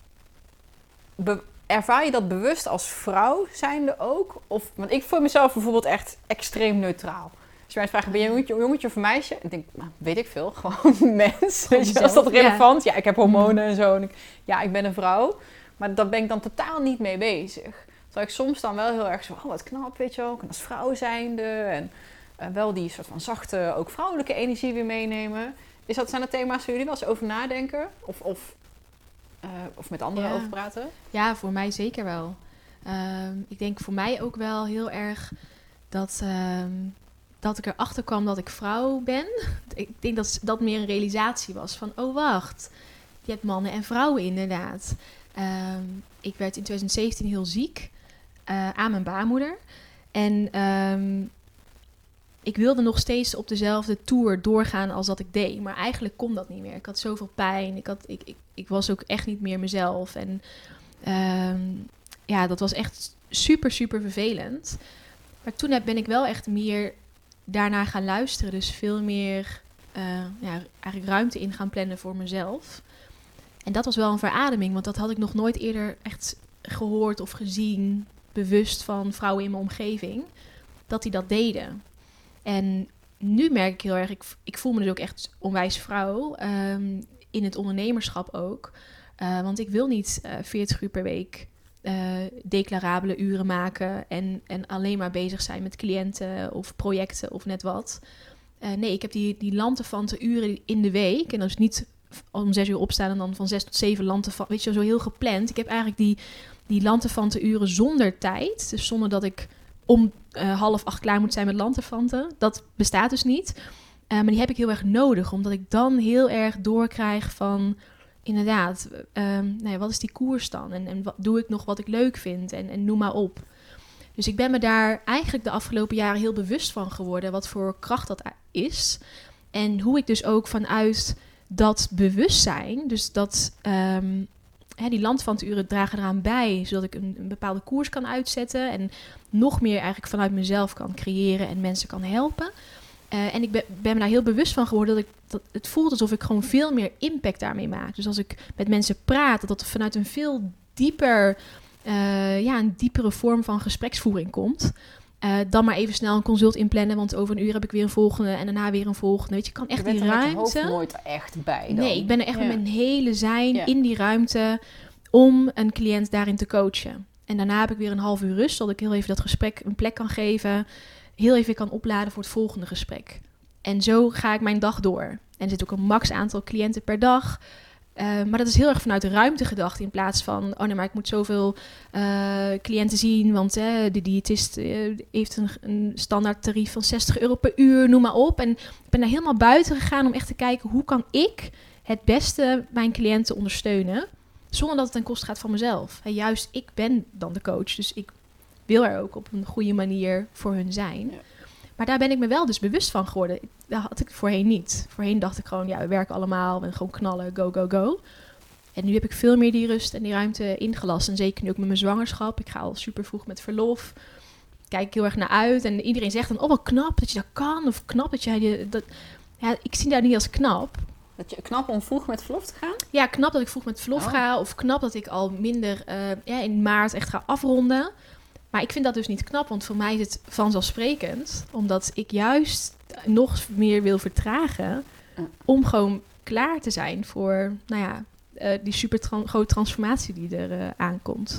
Be- ervaar je dat bewust als vrouw zijnde ook? Of, want ik voel mezelf bijvoorbeeld echt extreem neutraal. Als je mij vraagt, ben je een jongetje, een jongetje of een meisje? Ik denk, nou, weet ik veel. Gewoon mens. Weet je, als dat relevant? Ja. ja, ik heb hormonen en zo. En ik, ja, ik ben een vrouw. Maar daar ben ik dan totaal niet mee bezig. Terwijl ik soms dan wel heel erg zo, oh wat knap, weet je wel. En als vrouw zijnde. En uh, wel die soort van zachte, ook vrouwelijke energie weer meenemen. Is dat, zijn dat thema's waar jullie wel eens over nadenken? Of... of Uh, of met anderen ja. over praten? Ja, voor mij zeker wel. Um, ik denk voor mij ook wel heel erg dat, um, dat ik erachter kwam dat ik vrouw ben. Ik denk dat dat meer een realisatie was van, oh wacht, je hebt mannen en vrouwen inderdaad. Um, ik werd in twintig zeventien heel ziek uh, aan mijn baarmoeder. En um, ik wilde nog steeds op dezelfde tour doorgaan als dat ik deed. Maar eigenlijk kon dat niet meer. Ik had zoveel pijn. Ik, had, ik, ik, ik was ook echt niet meer mezelf. En um, ja, dat was echt super, super vervelend. Maar toen ben ik wel echt meer daarna gaan luisteren. Dus veel meer uh, ja, eigenlijk ruimte in gaan plannen voor mezelf. En dat was wel een verademing. Want dat had ik nog nooit eerder echt gehoord of gezien. Bewust van vrouwen in mijn omgeving. Dat die dat deden. En nu merk ik heel erg, ik, ik voel me dus ook echt onwijs vrouw, um, in het ondernemerschap ook. Uh, want ik wil niet uh, veertig uur per week uh, declarabele uren maken en, en alleen maar bezig zijn met cliënten of projecten of net wat. Uh, nee, ik heb die, die lantefanten uren in de week en dat is niet om zes uur opstaan en dan van zes tot zeven lantefanten, weet je, zo heel gepland. Ik heb eigenlijk die, die lantefanten uren zonder tijd, dus zonder dat ik om uh, half acht klaar moet zijn met lantefanten. Dat bestaat dus niet. Uh, maar die heb ik heel erg nodig. Omdat ik dan heel erg doorkrijg van... Inderdaad, um, nou ja, wat is die koers dan? En, en wat, doe ik nog wat ik leuk vind? En, en noem maar op. Dus ik ben me daar eigenlijk de afgelopen jaren heel bewust van geworden. Wat voor kracht dat is. En hoe ik dus ook vanuit dat bewustzijn... Dus dat... Um, Hè, die landvanturen dragen eraan bij, zodat ik een, een bepaalde koers kan uitzetten en nog meer eigenlijk vanuit mezelf kan creëren en mensen kan helpen. Uh, en ik ben, ben me daar heel bewust van geworden dat ik dat het voelt alsof ik gewoon veel meer impact daarmee maak. Dus als ik met mensen praat, dat dat vanuit een veel dieper, uh, ja, een diepere vorm van gespreksvoering komt. Uh, dan maar even snel een consult inplannen, want over een uur heb ik weer een volgende en daarna weer een volgende. Weet je, kan echt je bent die er ruimte. met je hoofd nooit echt bij dan. Nee, ik ben er echt ja. met mijn hele zijn ja. in die ruimte om een cliënt daarin te coachen. En daarna heb ik weer een half uur rust, zodat ik heel even dat gesprek een plek kan geven. Heel even kan opladen voor het volgende gesprek. En zo ga ik mijn dag door. En er zit ook een max aantal cliënten per dag. Uh, maar dat is heel erg vanuit de ruimte gedacht. In plaats van, oh nee, maar ik moet zoveel uh, cliënten zien. Want uh, de diëtist uh, heeft een, een standaard tarief van zestig euro per uur, noem maar op. En ik ben daar helemaal buiten gegaan om echt te kijken, hoe kan ik het beste mijn cliënten ondersteunen? Zonder dat het ten koste gaat van mezelf. En juist, ik ben dan de coach. Dus ik wil er ook op een goede manier voor hun zijn. Ja. Maar daar ben ik me wel dus bewust van geworden. Dat had ik voorheen niet. Voorheen dacht ik gewoon, ja, we werken allemaal. En gewoon knallen, go, go, go. En nu heb ik veel meer die rust en die ruimte ingelast. En zeker nu ook met mijn zwangerschap. Ik ga al super vroeg met verlof. kijk ik heel erg naar uit. En iedereen zegt dan, oh wat knap dat je dat kan. Of knap dat jij dat... Ja, ik zie dat niet als knap. Dat je knap om vroeg met verlof te gaan? Ja, knap dat ik vroeg met verlof Oh. ga. Of knap dat ik al minder uh, ja, in maart echt ga afronden. Maar ik vind dat dus niet knap. Want voor mij is het vanzelfsprekend. Omdat ik juist nog meer wil vertragen. Uh. Om gewoon klaar te zijn voor, nou ja, uh, die super tra- grote transformatie die er uh, aankomt.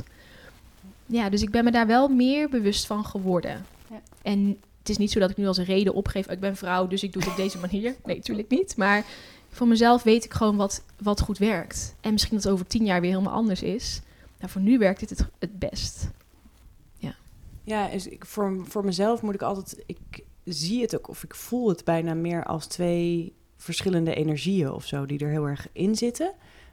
Ja, dus ik ben me daar wel meer bewust van geworden. Ja. En het is niet zo dat ik nu als een reden opgeef, ik ben vrouw, dus ik doe het op deze manier. Nee, natuurlijk niet. Maar voor mezelf weet ik gewoon wat, wat goed werkt. En misschien dat het over tien jaar weer helemaal anders is. Nou, voor nu werkt dit het, het best. Ja, ja dus ik, voor, voor mezelf moet ik altijd... Ik zie het ook, of ik voel het bijna meer als twee verschillende energieën of zo, die er heel erg in zitten.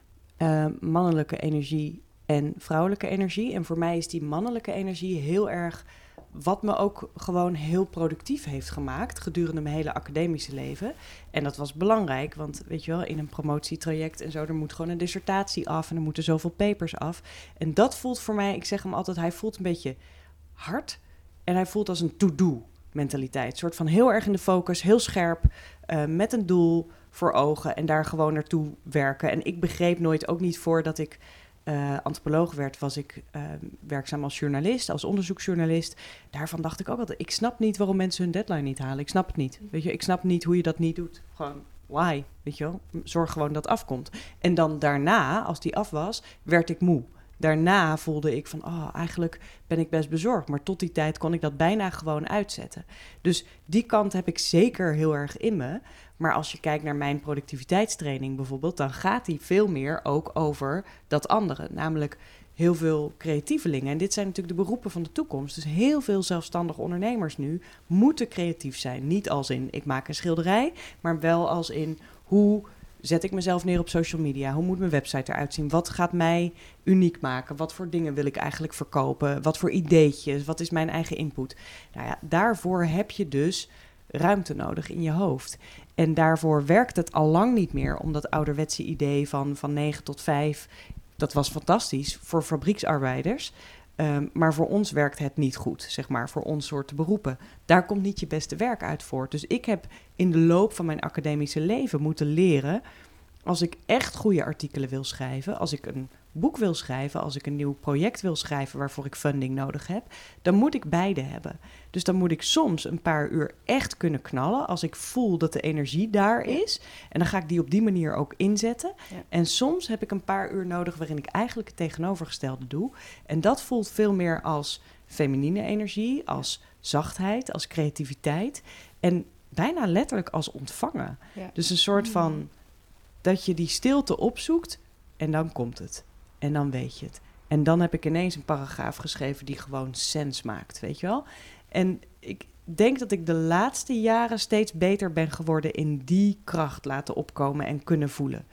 Uh, mannelijke energie en vrouwelijke energie. En voor mij is die mannelijke energie heel erg wat me ook gewoon heel productief heeft gemaakt gedurende mijn hele academische leven. En dat was belangrijk, want weet je wel, in een promotietraject en zo, er moet gewoon een dissertatie af en er moeten zoveel papers af. En dat voelt voor mij, ik zeg hem altijd, hij voelt een beetje hard en hij voelt als een to-do mentaliteit. Een soort van heel erg in de focus, heel scherp, uh, met een doel voor ogen en daar gewoon naartoe werken. En ik begreep nooit, ook niet voordat ik uh, antropoloog werd, was ik uh, werkzaam als journalist, als onderzoeksjournalist. Daarvan dacht ik ook altijd, ik snap niet waarom mensen hun deadline niet halen. Ik snap het niet. Weet je, ik snap niet hoe je dat niet doet. Gewoon, why? Weet je wel? Zorg gewoon dat het afkomt. En dan daarna, als die af was, werd ik moe. Daarna voelde ik van, oh, eigenlijk ben ik best bezorgd. Maar tot die tijd kon ik dat bijna gewoon uitzetten. Dus die kant heb ik zeker heel erg in me. Maar als je kijkt naar mijn productiviteitstraining bijvoorbeeld, dan gaat die veel meer ook over dat andere. Namelijk heel veel creatievelingen. En dit zijn natuurlijk de beroepen van de toekomst. Dus heel veel zelfstandige ondernemers nu moeten creatief zijn. Niet als in, ik maak een schilderij, maar wel als in, hoe zet ik mezelf neer op social media? Hoe moet mijn website eruit zien? Wat gaat mij uniek maken? Wat voor dingen wil ik eigenlijk verkopen? Wat voor ideetjes? Wat is mijn eigen input? Nou ja, daarvoor heb je dus ruimte nodig in je hoofd. En daarvoor werkt het al lang niet meer om dat ouderwetse idee van, van negen tot vijf. Dat was fantastisch voor fabrieksarbeiders. Um, maar voor ons werkt het niet goed, zeg maar, voor ons soort beroepen. Daar komt niet je beste werk uit voort. Dus ik heb in de loop van mijn academische leven moeten leren, als ik echt goede artikelen wil schrijven, als ik een boek wil schrijven, als ik een nieuw project wil schrijven waarvoor ik funding nodig heb, dan moet ik beide hebben. Dus dan moet ik soms een paar uur echt kunnen knallen als ik voel dat de energie daar is. En dan ga ik die op die manier ook inzetten. Ja. En soms heb ik een paar uur nodig waarin ik eigenlijk het tegenovergestelde doe. En dat voelt veel meer als feminine energie, als zachtheid, als creativiteit. En bijna letterlijk als ontvangen. Ja. Dus een soort van dat je die stilte opzoekt en dan komt het. En dan weet je het. En dan heb ik ineens een paragraaf geschreven die gewoon sens maakt, weet je wel? En ik denk dat ik de laatste jaren steeds beter ben geworden in die kracht laten opkomen en kunnen voelen.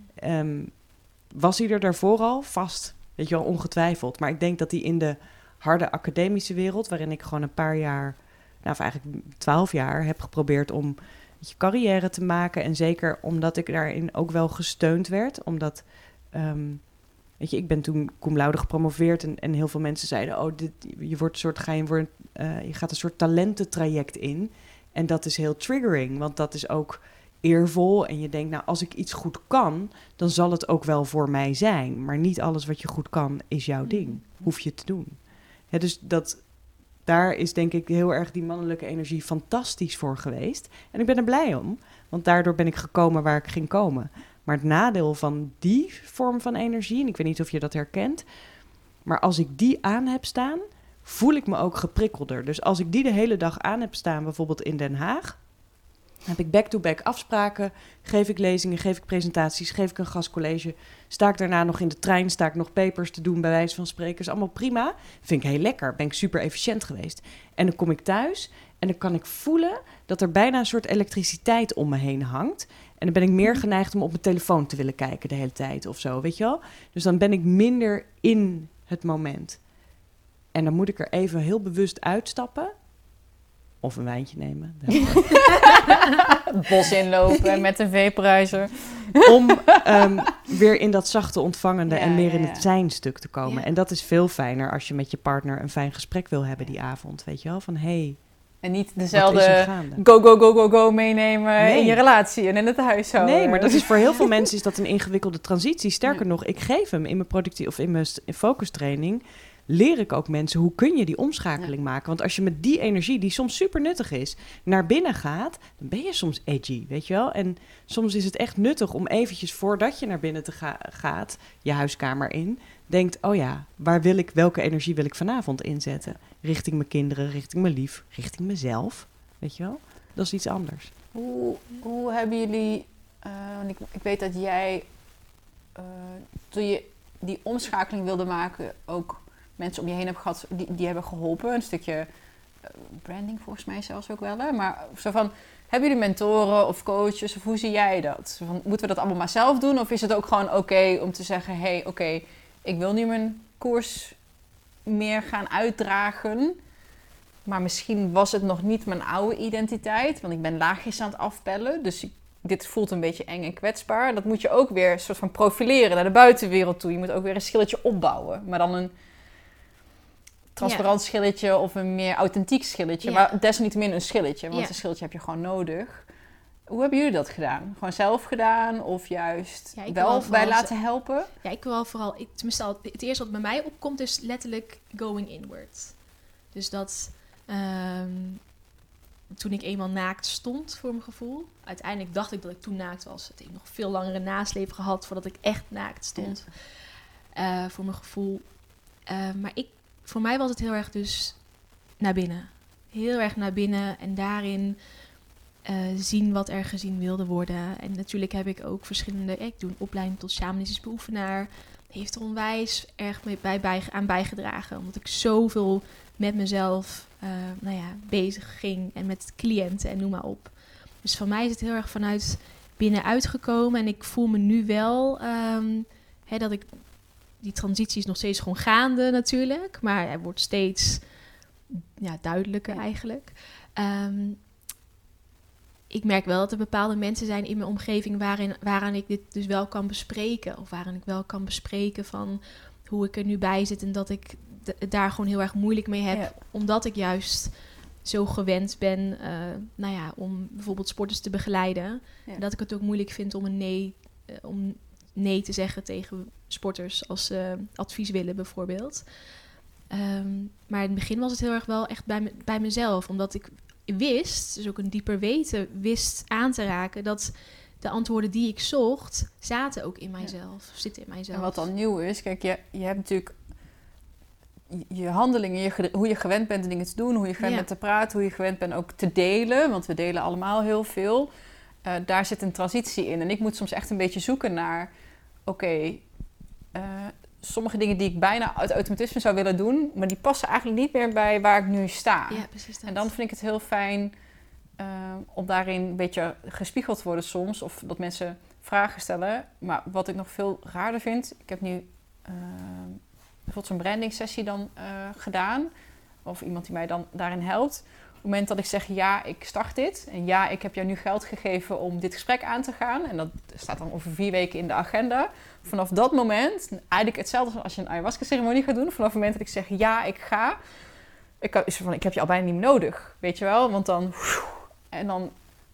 Um, was hij er daarvoor al? Vast, weet je wel, ongetwijfeld. Maar ik denk dat hij in de harde academische wereld, waarin ik gewoon een paar jaar, nou of eigenlijk twaalf jaar, heb geprobeerd om je carrière te maken. En zeker omdat ik daarin ook wel gesteund werd. Omdat, um, weet je, ik ben toen cum laude gepromoveerd en, en heel veel mensen zeiden, oh, dit, je wordt een soort, ga je, wordt, uh, je gaat een soort talententraject in. En dat is heel triggering, want dat is ook eervol. En je denkt, nou, als ik iets goed kan, dan zal het ook wel voor mij zijn. Maar niet alles wat je goed kan is jouw ding. Hoef je te doen. Ja, dus dat, daar is denk ik heel erg die mannelijke energie fantastisch voor geweest. En ik ben er blij om, want daardoor ben ik gekomen waar ik ging komen. Maar het nadeel van die vorm van energie, en ik weet niet of je dat herkent, maar als ik die aan heb staan, voel ik me ook geprikkelder. Dus als ik die de hele dag aan heb staan, bijvoorbeeld in Den Haag, heb ik back-to-back afspraken, geef ik lezingen, geef ik presentaties, geef ik een gastcollege, sta ik daarna nog in de trein, sta ik nog papers te doen bij wijze van spreken, is allemaal prima. Vind ik heel lekker, ben ik super efficiënt geweest. En dan kom ik thuis en dan kan ik voelen dat er bijna een soort elektriciteit om me heen hangt. En dan ben ik meer geneigd om op mijn telefoon te willen kijken de hele tijd of zo, weet je wel? Dus dan ben ik minder in het moment. En dan moet ik er even heel bewust uitstappen Of een wijntje nemen. Het bos inlopen met een vaporizer. Om um, weer in dat zachte ontvangende Ja, en meer ja, in ja. het zijn-stuk te komen. Ja. En dat is veel fijner als je met je partner een fijn gesprek wil hebben die avond. Weet je wel? Van, hé, hey, En niet wat is er dezelfde gaande? go, go, go, go, go meenemen Nee. in je relatie en in het huishouden. Nee, maar dat is voor heel veel mensen is dat een ingewikkelde transitie. Sterker Ja. nog, ik geef hem in mijn productie of in mijn st- in focustraining. Leer ik ook mensen hoe kun je die omschakeling maken. Want als je met die energie, die soms super nuttig is, naar binnen gaat, dan ben je soms edgy, weet je wel. En soms is het echt nuttig om eventjes voordat je naar binnen te ga- gaat, je huiskamer in, denkt, oh ja, waar wil ik, welke energie wil ik vanavond inzetten? Richting mijn kinderen, richting mijn lief, richting mezelf, weet je wel. Dat is iets anders. Hoe, hoe hebben jullie... eh, want ik, ik weet dat jij, eh, toen je die omschakeling wilde maken, ook mensen om je heen hebt gehad die, die hebben geholpen. Een stukje eh, branding volgens mij zelfs ook wel. Hè? Maar zo van, hebben jullie mentoren of coaches of hoe zie jij dat? Zo van, moeten we dat allemaal maar zelf doen? Of is het ook gewoon oké om te zeggen, hé, hey, oké, okay, ik wil nu mijn koers meer gaan uitdragen. Maar misschien was het nog niet mijn oude identiteit. Want ik ben laagjes aan het afpellen. Dus ik, dit voelt een beetje eng en kwetsbaar. Dat moet je ook weer een soort van profileren naar de buitenwereld toe. Je moet ook weer een schilletje opbouwen. Maar dan een transparant Ja. schilletje of een meer authentiek schilletje. Ja. Maar desalniettemin een schilletje. Want Ja. een schilletje heb je gewoon nodig. Hoe hebben jullie dat gedaan? Gewoon zelf gedaan? Of juist Ja, ik wil wel wel bij vooral laten helpen? Ja, ik wil vooral... Ik, tenminste, al, het eerste wat bij mij opkomt is letterlijk going inward. Dus dat... ehm, toen ik eenmaal naakt stond, voor mijn gevoel... Uiteindelijk dacht ik dat ik toen naakt was. Het heeft nog veel langere nasleep gehad voordat ik echt naakt stond. Eh, voor mijn gevoel. Eh, maar ik, voor mij was het heel erg dus naar binnen. Heel erg naar binnen en daarin... Uh, zien wat er gezien wilde worden. En natuurlijk heb ik ook verschillende... Ik doe een opleiding tot shamanistisch beoefenaar. Heeft er onwijs erg mee bij, bij, aan bijgedragen. Omdat ik zoveel met mezelf uh, nou ja, bezig ging. En met cliënten en noem maar op. Dus van mij is het heel erg vanuit binnenuit gekomen. En ik voel me nu wel... Um, hè, dat ik... Die transitie is nog steeds gewoon gaande natuurlijk. Maar hij wordt steeds ja, duidelijker ja. eigenlijk. Um, Ik merk wel dat er bepaalde mensen zijn in mijn omgeving waarin, waaraan ik dit dus wel kan bespreken. Of waarin ik wel kan bespreken van hoe ik er nu bij zit. En dat ik d- daar gewoon heel erg moeilijk mee heb. Ja. Omdat ik juist zo gewend ben uh, nou ja, om bijvoorbeeld sporters te begeleiden. Ja. En dat ik het ook moeilijk vind om een nee, uh, om nee te zeggen tegen sporters als ze uh, advies willen bijvoorbeeld. Um, maar in het begin was het heel erg wel echt bij, me, bij mezelf. Omdat ik... wist, dus ook een dieper weten, wist aan te raken dat de antwoorden die ik zocht, zaten ook in mijzelf, ja. zitten in mijzelf. En wat dan nieuw is, kijk, je, je hebt natuurlijk je handelingen, je, hoe je gewend bent dingen te doen, hoe je gewend ja. bent te praten, hoe je gewend bent ook te delen, want we delen allemaal heel veel. Uh, daar zit een transitie in. En ik moet soms echt een beetje zoeken naar, oké, okay, uh, sommige dingen die ik bijna uit automatisme zou willen doen, maar die passen eigenlijk niet meer bij waar ik nu sta. Ja, precies dat. En dan vind ik het heel fijn uh, om daarin een beetje gespiegeld te worden soms, of dat mensen vragen stellen. Maar wat ik nog veel raarder vind, ik heb nu uh, bijvoorbeeld zo'n branding sessie dan uh, gedaan, of iemand die mij dan daarin helpt. Op het moment dat ik zeg, ja, ik start dit, en ja, ik heb jou nu geld gegeven om dit gesprek aan te gaan, en dat staat dan over vier weken in de agenda. Vanaf dat moment, eigenlijk hetzelfde als je een ayahuasca-ceremonie gaat doen, vanaf het moment dat ik zeg, ja, ik ga, ik, is van, ik heb je al bijna niet meer nodig, weet je wel, want dan, en dan,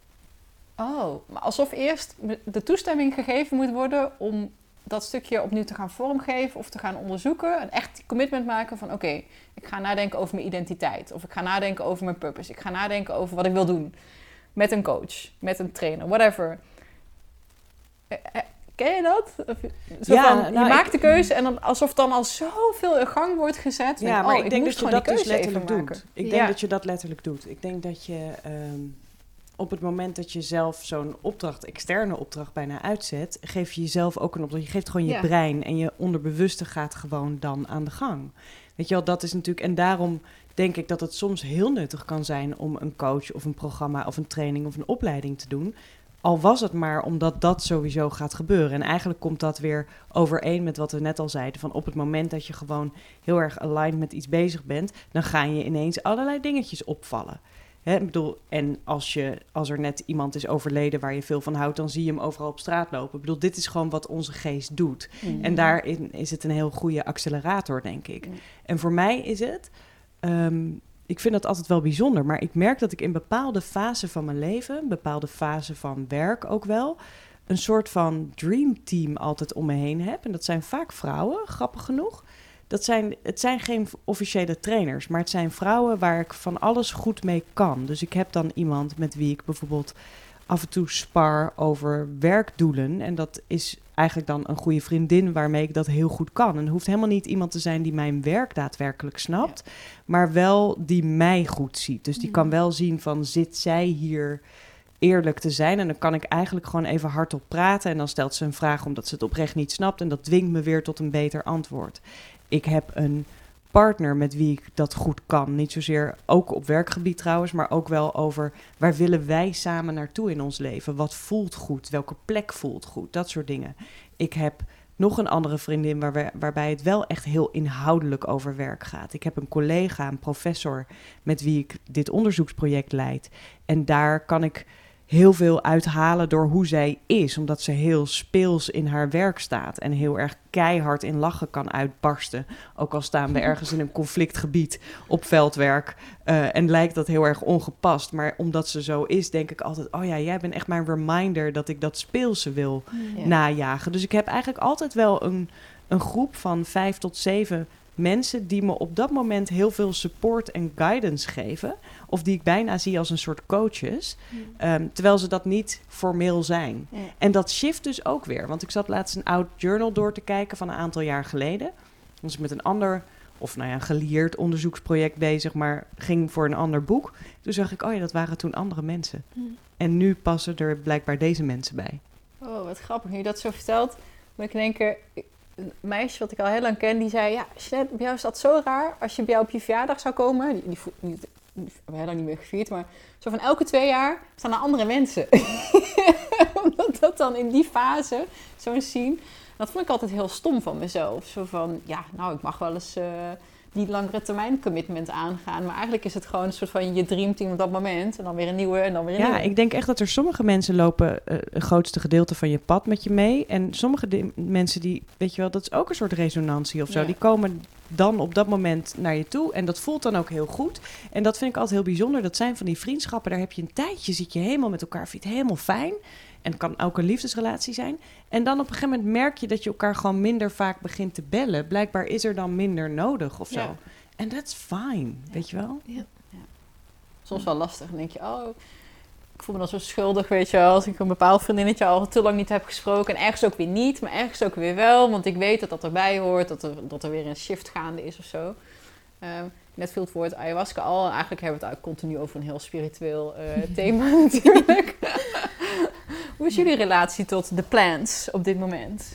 oh, maar alsof eerst de toestemming gegeven moet worden om dat stukje opnieuw te gaan vormgeven of te gaan onderzoeken. En echt commitment maken van, oké, okay, ik ga nadenken over mijn identiteit. Of ik ga nadenken over mijn purpose. Ik ga nadenken over wat ik wil doen. Met een coach, met een trainer, whatever. Ken je dat? Of, zo ja, van, nou, je maakt ik, de keuze en dan alsof dan al zoveel in gang wordt gezet. Ja, met, maar oh, ik, ik denk moest dat je dat dus keuze letterlijk doet. maken. Ik ja. denk dat je dat letterlijk doet. Ik denk dat je um, op het moment dat je zelf zo'n opdracht, externe opdracht bijna uitzet, geef je jezelf ook een opdracht. Je geeft gewoon je ja. brein en je onderbewuste gaat gewoon dan aan de gang. Weet je wel, dat is natuurlijk, en daarom denk ik dat het soms heel nuttig kan zijn om een coach of een programma of een training of een opleiding te doen. Al was het maar omdat dat sowieso gaat gebeuren. En eigenlijk komt dat weer overeen met wat we net al zeiden. Van op het moment dat je gewoon heel erg aligned met iets bezig bent, dan gaan je ineens allerlei dingetjes opvallen. Hè, ik bedoel, en als, je, als er net iemand is overleden waar je veel van houdt, dan zie je hem overal op straat lopen. Ik bedoel, dit is gewoon wat onze geest doet. Mm. En daarin is het een heel goede accelerator, denk ik. Mm. En voor mij is het... Um, ik vind dat altijd wel bijzonder, maar ik merk dat ik in bepaalde fasen van mijn leven, bepaalde fasen van werk ook wel, een soort van dreamteam altijd om me heen heb. En dat zijn vaak vrouwen, grappig genoeg. Dat zijn, het zijn geen officiële trainers, maar het zijn vrouwen waar ik van alles goed mee kan. Dus ik heb dan iemand met wie ik bijvoorbeeld af en toe spar over werkdoelen. En dat is eigenlijk dan een goede vriendin waarmee ik dat heel goed kan. En het hoeft helemaal niet iemand te zijn die mijn werk daadwerkelijk snapt, ja. maar wel die mij goed ziet. Dus die mm. kan wel zien van, zit zij hier eerlijk te zijn? En dan kan ik eigenlijk gewoon even hardop praten. En dan stelt ze een vraag omdat ze het oprecht niet snapt. En dat dwingt me weer tot een beter antwoord. Ik heb een partner met wie ik dat goed kan. Niet zozeer ook op werkgebied trouwens, maar ook wel over waar willen wij samen naartoe in ons leven? Wat voelt goed? Welke plek voelt goed? Dat soort dingen. Ik heb nog een andere vriendin waar we, waarbij het wel echt heel inhoudelijk over werk gaat. Ik heb een collega, een professor met wie ik dit onderzoeksproject leid. En daar kan ik heel veel uithalen door hoe zij is. Omdat ze heel speels in haar werk staat. En heel erg keihard in lachen kan uitbarsten. Ook al staan we ergens in een conflictgebied op veldwerk. Uh, en lijkt dat heel erg ongepast. Maar omdat ze zo is, denk ik altijd, oh ja, jij bent echt mijn reminder dat ik dat speelse wil ja. najagen. Dus ik heb eigenlijk altijd wel een, een groep van vijf tot zeven mensen die me op dat moment heel veel support en guidance geven. Of die ik bijna zie als een soort coaches. Mm. Um, terwijl ze dat niet formeel zijn. Ja. En dat shift dus ook weer. Want ik zat laatst een oud journal door te kijken van een aantal jaar geleden. Was ik met een ander, of nou ja, een gelieerd onderzoeksproject bezig, maar ging voor een ander boek. Toen zag ik, oh ja, dat waren toen andere mensen. Mm. En nu passen er blijkbaar deze mensen bij. Oh, wat grappig. Nu je dat zo vertelt, moet ik denken, een meisje wat ik al heel lang ken, die zei, ja, Jeanette, bij jou is dat zo raar. Als je bij jou op je verjaardag zou komen, die, die, die, die, die hebben we heel lang niet meer gevierd, maar zo van elke twee jaar staan er andere mensen. Omdat dat dan in die fase, zo'n scene, dat vond ik altijd heel stom van mezelf. Zo van, ja, nou, ik mag wel eens uh, die langere termijn commitment aangaan. Maar eigenlijk is het gewoon een soort van je dreamteam op dat moment. En dan weer een nieuwe en dan weer een ja, nieuwe. Ja, ik denk echt dat er sommige mensen lopen uh, het grootste gedeelte van je pad met je mee. En sommige de- mensen die, weet je wel, dat is ook een soort resonantie of zo. Ja. Die komen dan op dat moment naar je toe. En dat voelt dan ook heel goed. En dat vind ik altijd heel bijzonder. Dat zijn van die vriendschappen. Daar heb je een tijdje, zit je helemaal met elkaar, vind je het helemaal fijn. En het kan ook een liefdesrelatie zijn. En dan op een gegeven moment merk je dat je elkaar gewoon minder vaak begint te bellen. Blijkbaar is er dan minder nodig of zo. En ja. that's fine, ja. weet je wel? Ja. Ja. Soms wel lastig. Dan denk je, oh, ik voel me dan zo schuldig, weet je wel. Als ik een bepaald vriendinnetje al te lang niet heb gesproken. En ergens ook weer niet, maar ergens ook weer wel. Want ik weet dat dat erbij hoort, dat er, dat er weer een shift gaande is of zo. Um, net viel het woord ayahuasca al. En eigenlijk hebben we het continu over een heel spiritueel uh, thema natuurlijk. Hoe is jullie relatie tot de plants op dit moment?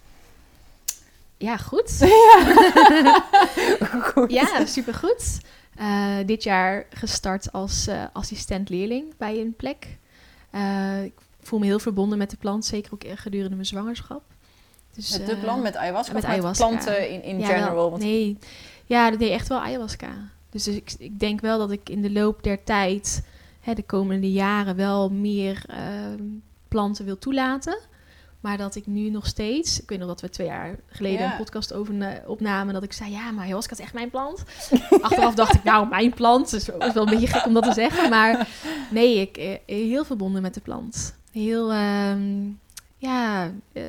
Ja, goed. Ja, goed. Ja, supergoed. Uh, dit jaar gestart als uh, assistent-leerling bij een plek. Uh, ik voel me heel verbonden met de plant, zeker ook gedurende mijn zwangerschap. Dus, met de plant, uh, met ayahuasca? Met of ayahuasca. Met planten in, in ja, general? Wel, Want... Nee, ja, dat deed echt wel ayahuasca. Dus ik, ik denk wel dat ik in de loop der tijd, hè, de komende jaren, wel meer uh, planten wil toelaten. Maar dat ik nu nog steeds... Ik weet nog dat we twee jaar geleden ja. een podcast over uh, opnamen. Dat ik zei, ja, maar ayahuasca is echt mijn plant. Achteraf dacht ik, nou, mijn plant. Dus het is wel een beetje gek om dat te zeggen. Maar nee, ik uh, heel verbonden met de plant. Heel, um, ja... Uh,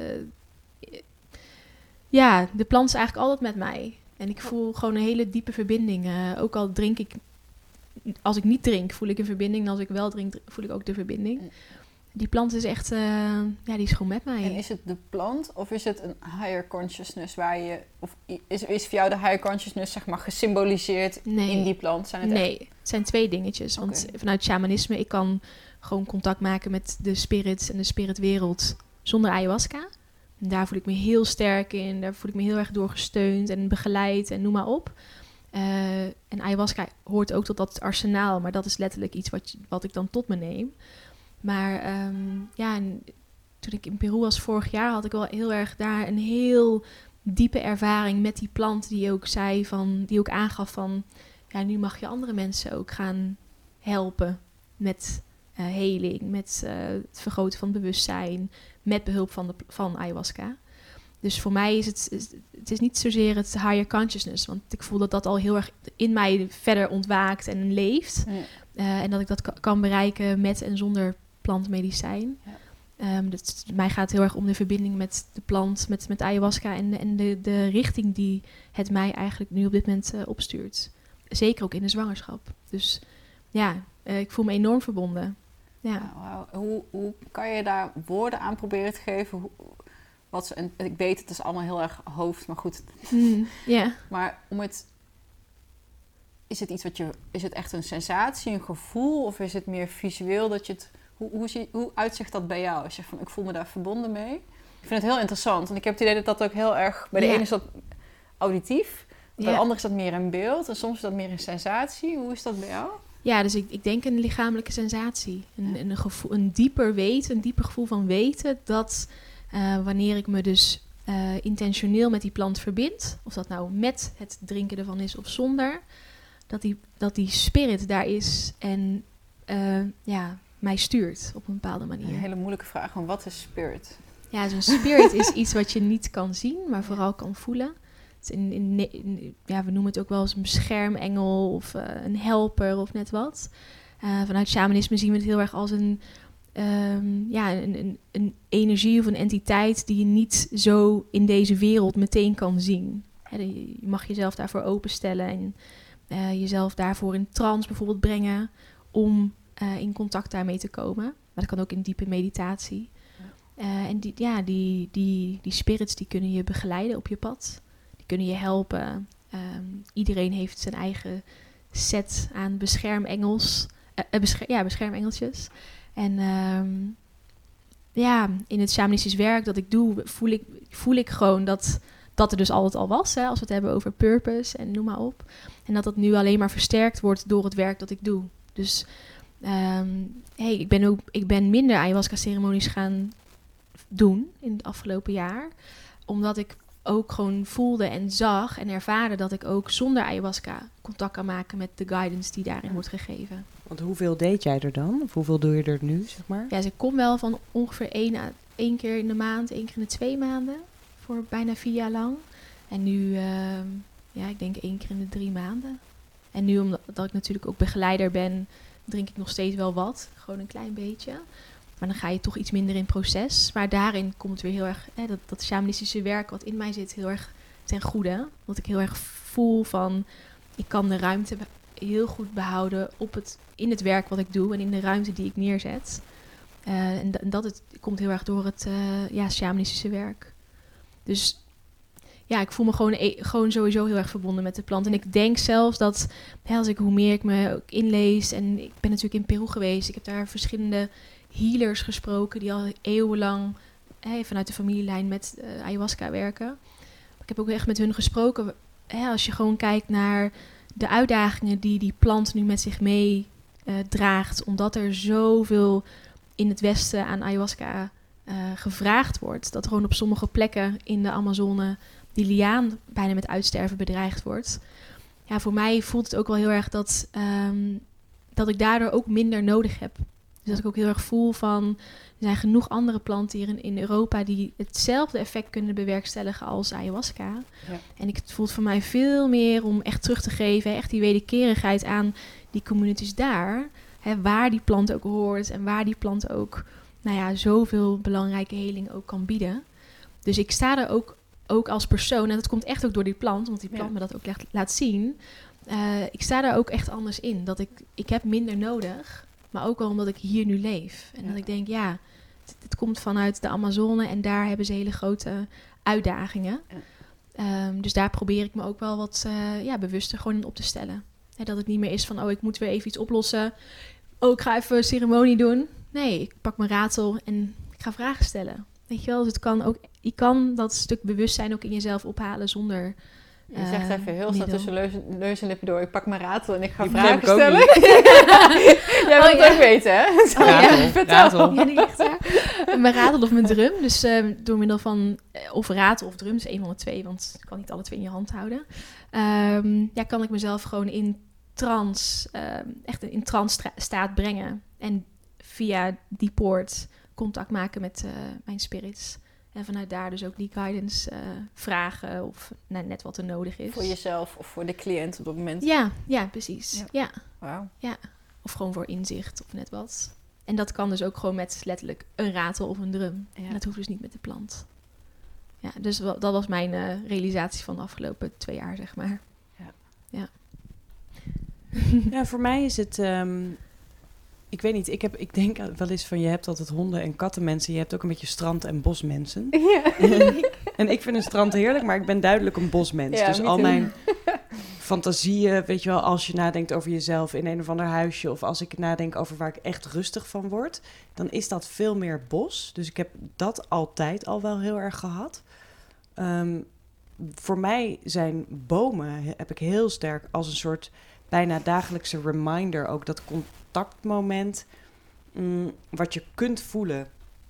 ja, de plant is eigenlijk altijd met mij. En ik voel gewoon een hele diepe verbinding. Uh, ook al drink ik... Als ik niet drink, voel ik een verbinding. En als ik wel drink, voel ik ook de verbinding. Die plant is echt... Uh, ja, die is gewoon met mij. En is het de plant of is het een higher consciousness waar je... Of is, is voor jou de higher consciousness, zeg maar, gesymboliseerd nee. in die plant? Zijn het nee, echt... het zijn twee dingetjes. Okay. Want vanuit shamanisme, ik kan gewoon contact maken met de spirits en de spiritwereld zonder ayahuasca. En daar voel ik me heel sterk in. Daar voel ik me heel erg door gesteund en begeleid en noem maar op. Uh, en ayahuasca hoort ook tot dat arsenaal. Maar dat is letterlijk iets wat, wat ik dan tot me neem. Maar um, ja, toen ik in Peru was vorig jaar, had ik wel heel erg daar een heel diepe ervaring met die plant die ook zei van, die ook aangaf van, ja, nu mag je andere mensen ook gaan helpen met uh, heling, met uh, het vergroten van het bewustzijn, met behulp van, de, van ayahuasca. Dus voor mij is het, is, het is niet zozeer het higher consciousness, want ik voel dat dat al heel erg in mij verder ontwaakt en leeft. Ja. Uh, en dat ik dat ka- kan bereiken met en zonder plantmedicijn. Ja. Um, dus mij gaat het heel erg om de verbinding met de plant, met, met ayahuasca en, en de, de richting die het mij eigenlijk nu op dit moment uh, opstuurt. Zeker ook in de zwangerschap. Dus ja, uh, ik voel me enorm verbonden. Ja. Ja, wow. hoe, hoe kan je daar woorden aan proberen te geven? Hoe, wat ze, en ik weet, het is allemaal heel erg hoofd, maar goed. Mm, yeah. Maar om het... Is het iets wat je... Is het echt een sensatie, een gevoel? Of is het meer visueel dat je het... Hoe, hoe, zie, hoe uitzicht dat bij jou? Als je van, ik voel me daar verbonden mee. Ik vind het heel interessant. Want ik heb het idee dat dat ook heel erg... Bij de ja. ene is dat auditief. Bij ja. de andere is dat meer in beeld. En soms is dat meer een sensatie. Hoe is dat bij jou? Ja, dus ik, ik denk een lichamelijke sensatie. Een, een, gevoel, een dieper weten, een dieper gevoel van weten... dat uh, wanneer ik me dus uh, intentioneel met die plant verbind... of dat nou met het drinken ervan is of zonder... dat die, dat die spirit daar is en uh, ja, mij stuurt op een bepaalde manier. Een hele moeilijke vraag. Want wat is spirit? Ja, zo'n spirit is iets wat je niet kan zien, maar vooral kan voelen. In, in, in, ja, we noemen het ook wel eens een beschermengel of uh, een helper of net wat. Uh, vanuit shamanisme zien we het heel erg als een, um, ja, een, een, een energie of een entiteit die je niet zo in deze wereld meteen kan zien. He, je mag jezelf daarvoor openstellen en uh, jezelf daarvoor in trance bijvoorbeeld brengen om uh, in contact daarmee te komen. Maar dat kan ook in diepe meditatie. Uh, en die, ja, die, die, die spirits die kunnen je begeleiden op je pad. Die kunnen je helpen. Um, iedereen heeft zijn eigen set aan beschermengels. Uh, uh, bescher- ja, beschermengeltjes. En um, ja, in het shamanistisch werk dat ik doe, voel ik, voel ik gewoon dat dat er dus altijd al was. Hè, als we het hebben over purpose en noem maar op. En dat dat nu alleen maar versterkt wordt door het werk dat ik doe. Dus um, hey, ik ben ook ik ben minder ayahuasca-ceremonies gaan doen in het afgelopen jaar. Omdat ik ook gewoon voelde en zag en ervaarde dat ik ook zonder ayahuasca contact kan maken met de guidance die daarin wordt gegeven. Want hoeveel deed jij er dan? Of hoeveel doe je er nu, zeg maar? Ja, dus ik kom wel van ongeveer één, één keer in de maand, één keer in de twee maanden. Voor bijna vier jaar lang. En nu, uh, ja, ik denk één keer in de drie maanden. En nu, omdat dat ik natuurlijk ook begeleider ben, drink ik nog steeds wel wat. Gewoon een klein beetje. Maar dan ga je toch iets minder in proces. Maar daarin komt het weer heel erg, hè, dat, dat shamanistische werk wat in mij zit, heel erg ten goede. Dat ik heel erg voel van, ik kan de ruimte heel goed behouden op het, in het werk wat ik doe en in de ruimte die ik neerzet. Uh, en, d- en dat het, komt heel erg door het uh, ja, shamanistische werk. Dus ja, ik voel me gewoon, e- gewoon sowieso heel erg verbonden met de plant. En ik denk zelfs dat, hè, als ik, hoe meer ik me ook inlees, en ik ben natuurlijk in Peru geweest, ik heb daar verschillende healers gesproken die al eeuwenlang hè, vanuit de familielijn met uh, ayahuasca werken. Ik heb ook echt met hun gesproken. Hè, als je gewoon kijkt naar de uitdagingen die die plant nu met zich mee uh, draagt, omdat er zoveel in het Westen aan ayahuasca uh, gevraagd wordt, dat er gewoon op sommige plekken in de Amazone die liaan bijna met uitsterven bedreigd wordt. Ja, voor mij voelt het ook wel heel erg dat, um, dat ik daardoor ook minder nodig heb. Dus dat ik ook heel erg voel van, er zijn genoeg andere planten hier in, in Europa die hetzelfde effect kunnen bewerkstelligen als ayahuasca. Ja. En ik, het voelt voor mij veel meer om echt terug te geven, echt die wederkerigheid aan die communities daar. Hè, waar die plant ook hoort en waar die plant ook, nou ja, zoveel belangrijke heling ook kan bieden. Dus ik sta er ook, ook als persoon, en dat komt echt ook door die plant, want die plant ja. me dat ook echt laat zien. Uh, ik sta daar ook echt anders in. Dat ik, ik heb minder nodig. Maar ook wel omdat ik hier nu leef. En ja. dat ik denk, ja, het, het komt vanuit de Amazone en daar hebben ze hele grote uitdagingen. Ja. Um, dus daar probeer ik me ook wel wat uh, ja, bewuster gewoon in op te stellen. He, dat het niet meer is van, oh, ik moet weer even iets oplossen. Oh, ik ga even een ceremonie doen. Nee, ik pak mijn ratel en ik ga vragen stellen. Weet je wel, dus het kan ook, je kan dat stuk bewustzijn ook in jezelf ophalen zonder... Je zegt even heel snel tussen neus, neus en lippen door. Ik pak mijn ratel en ik ga die vragen stellen. Jij wilt oh, het ja. ook weten, hè? Oh, ratel, ja. Vertel. ratel. Ja, die ligt daar. Mijn ratel of mijn drum. Dus uh, door middel van... Uh, of ratel of drum, is een van de twee. Want ik kan niet alle twee in je hand houden. Um, ja, kan ik mezelf gewoon in trance, uh, echt in trance stra- staat brengen. En via die poort contact maken met uh, mijn spirits. En vanuit daar dus ook die guidance uh, vragen of nou, net wat er nodig is. Voor jezelf of voor de cliënt op dat moment. Ja, ja, precies. Ja. Ja. Wauw. Ja. Of gewoon voor inzicht of net wat. En dat kan dus ook gewoon met letterlijk een ratel of een drum. Ja. En dat hoeft dus niet met de plant. Ja, dus wel, dat was mijn uh, realisatie van de afgelopen twee jaar, zeg maar. Ja. Ja, Ja, voor mij is het... Um, ik weet niet, ik, heb, ik denk wel eens van... je hebt altijd honden- en kattenmensen. Je hebt ook een beetje strand- en bosmensen. Ja. En, en ik vind een strand heerlijk, maar ik ben duidelijk een bosmens. Ja, dus me al too. mijn fantasieën, weet je wel... als je nadenkt over jezelf in een of ander huisje... of als ik nadenk over waar ik echt rustig van word... dan is dat veel meer bos. Dus ik heb dat altijd al wel heel erg gehad. Um, voor mij zijn bomen, heb ik heel sterk als een soort... bijna dagelijkse reminder, ook dat contactmoment mm, wat je kunt voelen.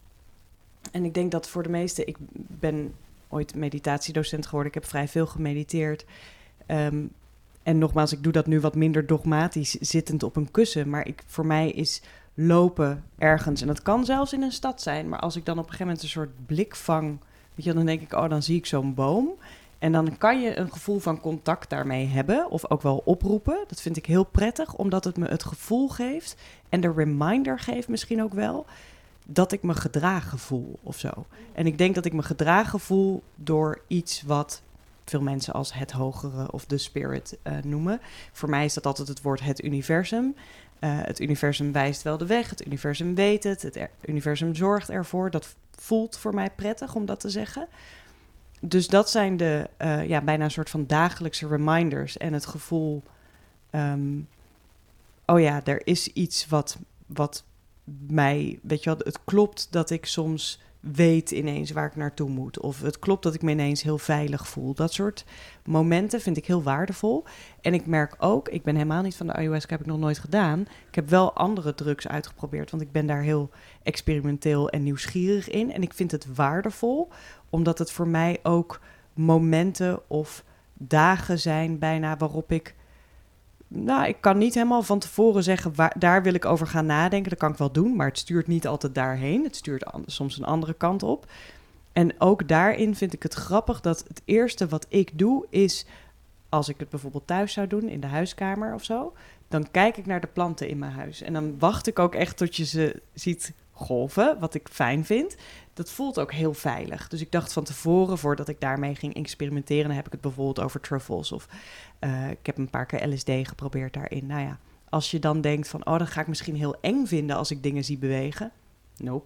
En ik denk dat voor de meesten, ik ben ooit meditatiedocent geworden, ik heb vrij veel gemediteerd. Um, en nogmaals, ik doe dat nu wat minder dogmatisch, zittend op een kussen. Maar ik, voor mij is lopen ergens, en dat kan zelfs in een stad zijn, maar als ik dan op een gegeven moment een soort blik vang, weet je, dan denk ik, oh, dan zie ik zo'n boom. En dan kan je een gevoel van contact daarmee hebben of ook wel oproepen. Dat vind ik heel prettig, omdat het me het gevoel geeft en de reminder geeft misschien ook wel dat ik me gedragen voel of zo. En ik denk dat ik me gedragen voel door iets wat veel mensen als het hogere of de spirit uh, noemen. Voor mij is dat altijd het woord het universum. Uh, het universum wijst wel de weg, het universum weet het, het er- universum zorgt ervoor. Dat voelt voor mij prettig om dat te zeggen. Dus dat zijn de uh, ja, bijna een soort van dagelijkse reminders en het gevoel... Um, oh ja, er is iets wat, wat mij... Weet je wel, het klopt dat ik soms weet ineens waar ik naartoe moet. Of het klopt dat ik me ineens heel veilig voel. Dat soort momenten vind ik heel waardevol. En ik merk ook, ik ben helemaal niet van de ayahuasca, heb ik nog nooit gedaan. Ik heb wel andere drugs uitgeprobeerd, want ik ben daar heel experimenteel en nieuwsgierig in. En ik vind het waardevol, omdat het voor mij ook momenten of dagen zijn bijna waarop ik... Nou, ik kan niet helemaal van tevoren zeggen, waar, daar wil ik over gaan nadenken. Dat kan ik wel doen, maar het stuurt niet altijd daarheen. Het stuurt an- soms een andere kant op. En ook daarin vind ik het grappig dat het eerste wat ik doe is... als ik het bijvoorbeeld thuis zou doen, in de huiskamer of zo... dan kijk ik naar de planten in mijn huis. En dan wacht ik ook echt tot je ze ziet golven, wat ik fijn vind. Dat voelt ook heel veilig. Dus ik dacht van tevoren, voordat ik daarmee ging experimenteren... dan heb ik het bijvoorbeeld over truffles of... Uh, ik heb een paar keer L S D geprobeerd daarin. Nou ja, als je dan denkt van... oh, dat ga ik misschien heel eng vinden als ik dingen zie bewegen. Nope.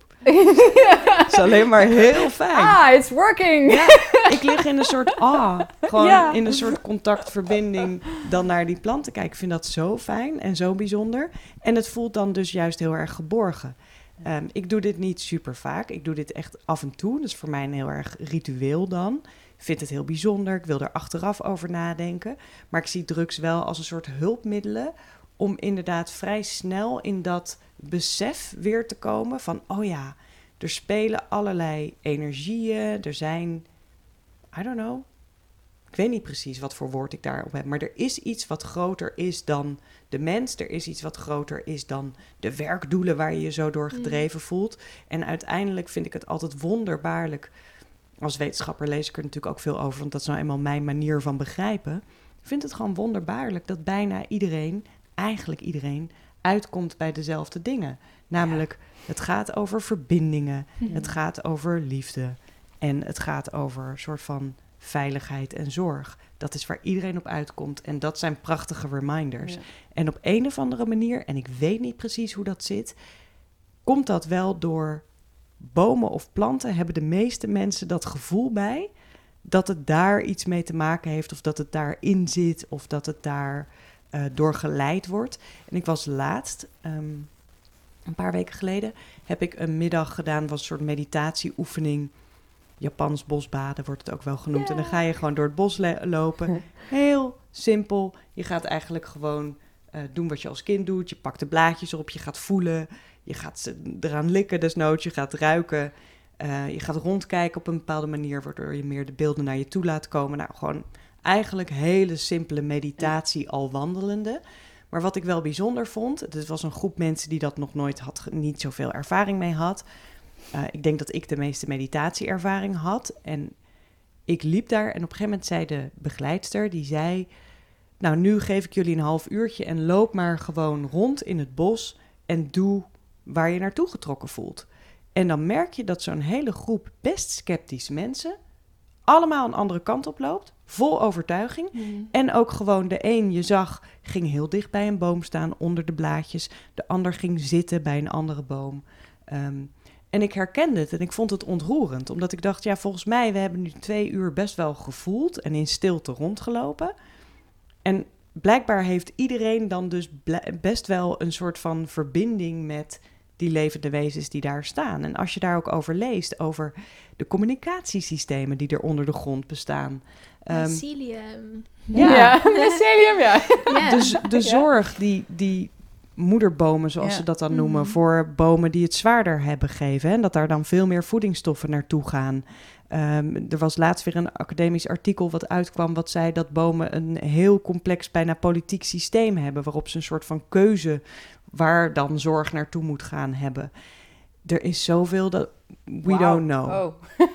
Het is alleen maar heel fijn. Ah, it's working! Ja, ik lig in een soort ah. Gewoon Ja. in een soort contactverbinding dan naar die planten kijken. Ik vind dat zo fijn en zo bijzonder. En het voelt dan dus juist heel erg geborgen. Um, ik doe dit niet super vaak. Ik doe dit echt af en toe. Dat is voor mij een heel erg ritueel dan. Ik vind het heel bijzonder. Ik wil er achteraf over nadenken. Maar ik zie drugs wel als een soort hulpmiddelen... om inderdaad vrij snel in dat besef weer te komen van... oh ja, er spelen allerlei energieën. Er zijn, I don't know... ik weet niet precies wat voor woord ik daarop heb... maar er is iets wat groter is dan de mens. Er is iets wat groter is dan de werkdoelen... waar je je zo door gedreven voelt. En uiteindelijk vind ik het altijd wonderbaarlijk... als wetenschapper lees ik er natuurlijk ook veel over... want dat is nou eenmaal mijn manier van begrijpen. Ik vind het gewoon wonderbaarlijk dat bijna iedereen... eigenlijk iedereen uitkomt bij dezelfde dingen. Namelijk, ja. Het gaat over verbindingen. Mm-hmm. Het gaat over liefde. En het gaat over een soort van veiligheid en zorg. Dat is waar iedereen op uitkomt. En dat zijn prachtige reminders. Ja. En op een of andere manier, en ik weet niet precies hoe dat zit... komt dat wel door bomen of planten... hebben de meeste mensen dat gevoel bij... dat het daar iets mee te maken heeft... of dat het daarin zit... of dat het daar... Uh, door geleid wordt. En ik was laatst, um, een paar weken geleden... heb ik een middag gedaan, was een soort meditatieoefening. Japans bosbaden wordt het ook wel genoemd. Yeah. En dan ga je gewoon door het bos le- lopen. Heel simpel. Je gaat eigenlijk gewoon uh, doen wat je als kind doet. Je pakt de blaadjes op, je gaat voelen. Je gaat ze eraan likken desnoods, je gaat ruiken. Uh, je gaat rondkijken op een bepaalde manier... waardoor je meer de beelden naar je toe laat komen. Nou, gewoon... eigenlijk hele simpele meditatie al wandelende. Maar wat ik wel bijzonder vond, het was een groep mensen die dat nog nooit had, niet zoveel ervaring mee had. Uh, ik denk dat ik de meeste meditatieervaring had. En ik liep daar en op een gegeven moment zei de begeleidster, die zei, nou nu geef ik jullie een half uurtje en loop maar gewoon rond in het bos en doe waar je naartoe getrokken voelt. En dan merk je dat zo'n hele groep best sceptische mensen allemaal een andere kant op loopt, vol overtuiging. Mm. En ook gewoon de een, je zag, ging heel dicht bij een boom staan onder de blaadjes. De ander ging zitten bij een andere boom. Um, en ik herkende het en ik vond het ontroerend. Omdat ik dacht, ja, volgens mij, we hebben nu twee uur best wel gevoeld en in stilte rondgelopen. En blijkbaar heeft iedereen dan dus best wel een soort van verbinding met die levende wezens die daar staan. En als je daar ook over leest, over de communicatiesystemen die er onder de grond bestaan. Um, Mycelium. Ja, ja mycelium, ja. Ja. De, de zorg die, die moederbomen, zoals Ja. ze dat dan noemen, Mhm. voor bomen die het zwaarder hebben gegeven. En dat daar dan veel meer voedingsstoffen naartoe gaan. Um, er was laatst weer een academisch artikel wat uitkwam wat zei dat bomen een heel complex, bijna politiek systeem hebben, waarop ze een soort van keuze waar dan zorg naartoe moet gaan hebben. Er is zoveel dat we Wauw. don't know. Oh.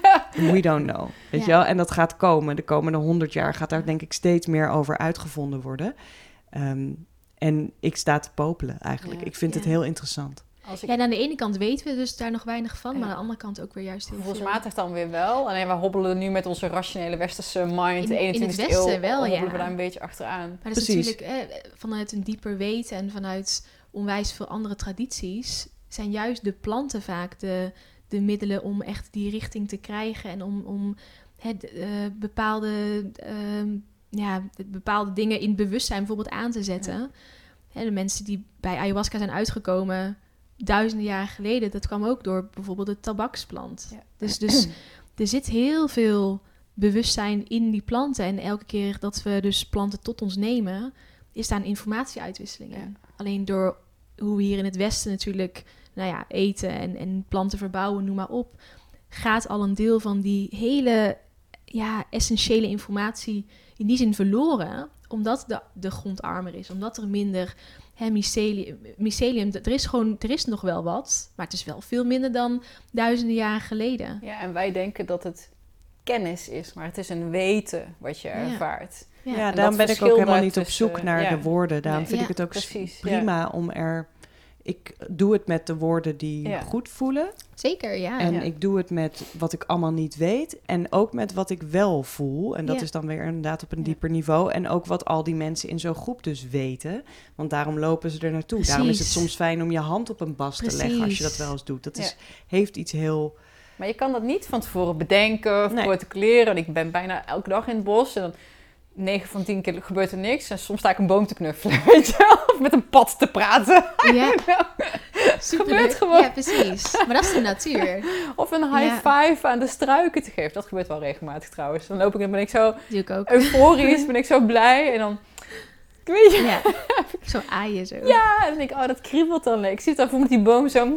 We don't know. Weet Ja. je wel? En dat gaat komen. De komende honderd jaar gaat daar denk ik steeds meer over uitgevonden worden. Um, en ik sta te popelen eigenlijk. Ja. Ik vind Ja. het heel interessant. Als ik Ja, en aan de ene kant weten we dus daar nog weinig van, Ja. maar aan de andere kant ook weer juist heel veel. gevoelsmatig dan weer wel. Alleen we hobbelen nu met onze rationele westerse mind, In- de in eenentwintigste het Westen eeuw, wel, hobbelen ja. we daar een beetje achteraan. Maar dat is Precies. natuurlijk eh, vanuit een dieper weten en vanuit onwijs veel andere tradities zijn juist de planten vaak de, de middelen om echt die richting te krijgen en om, om het, uh, bepaalde, uh, ja, bepaalde dingen in bewustzijn bijvoorbeeld aan te zetten. Ja. Hè, de mensen die bij ayahuasca zijn uitgekomen duizenden jaren geleden, dat kwam ook door bijvoorbeeld de tabaksplant. Ja. Dus, dus er zit heel veel bewustzijn in die planten. En elke keer dat we dus planten tot ons nemen, is daar een informatieuitwisseling in. Ja. Alleen door hoe we hier in het Westen natuurlijk, nou ja, eten en, en planten verbouwen, noem maar op, gaat al een deel van die hele ja, essentiële informatie in die zin verloren, omdat de, de grond armer is, omdat er minder hè, mycelium, mycelium, er is gewoon, er is nog wel wat, maar het is wel veel minder dan duizenden jaren geleden. Ja, en wij denken dat het kennis is, maar het is een weten wat je Ja. ervaart. Ja, Ja, en daarom dat ben ik verschil ook helemaal daar niet op tussen, zoek naar ja. de woorden. Daarom Nee. vind Ja, ik het ook precies, prima om er... Ik doe het met de woorden die Ja. goed voelen. zeker, ja. En Ja. ik doe het met wat ik allemaal niet weet. En ook met wat ik wel voel. En dat Ja. is dan weer inderdaad op een Ja. dieper niveau. En ook wat al die mensen in zo'n groep dus weten. Want daarom lopen ze er naartoe. Precies. Daarom is het soms fijn om je hand op een bas te leggen als je Precies. dat wel eens doet. Dat is, Ja. heeft iets heel... Maar je kan dat niet van tevoren bedenken of Nee. protocoleren. En ik ben bijna elke dag in het bos en dan negen van tien keer gebeurt er niks. En soms sta ik een boom te knuffelen, weet je wel? Of met een pad te praten. Ja, Gebeurt superleuk. gewoon. Ja, precies. Maar dat is de natuur. Of een high five aan de struiken te geven. Dat gebeurt wel regelmatig trouwens. Dan loop ik en ben ik zo Die ik ook. euforisch, ben ik zo blij. En dan, weet je, Ja, zo aaien zo. ja. En dan denk ik, oh, dat kriebelt dan. Ik zie het dan voor met die boom zo.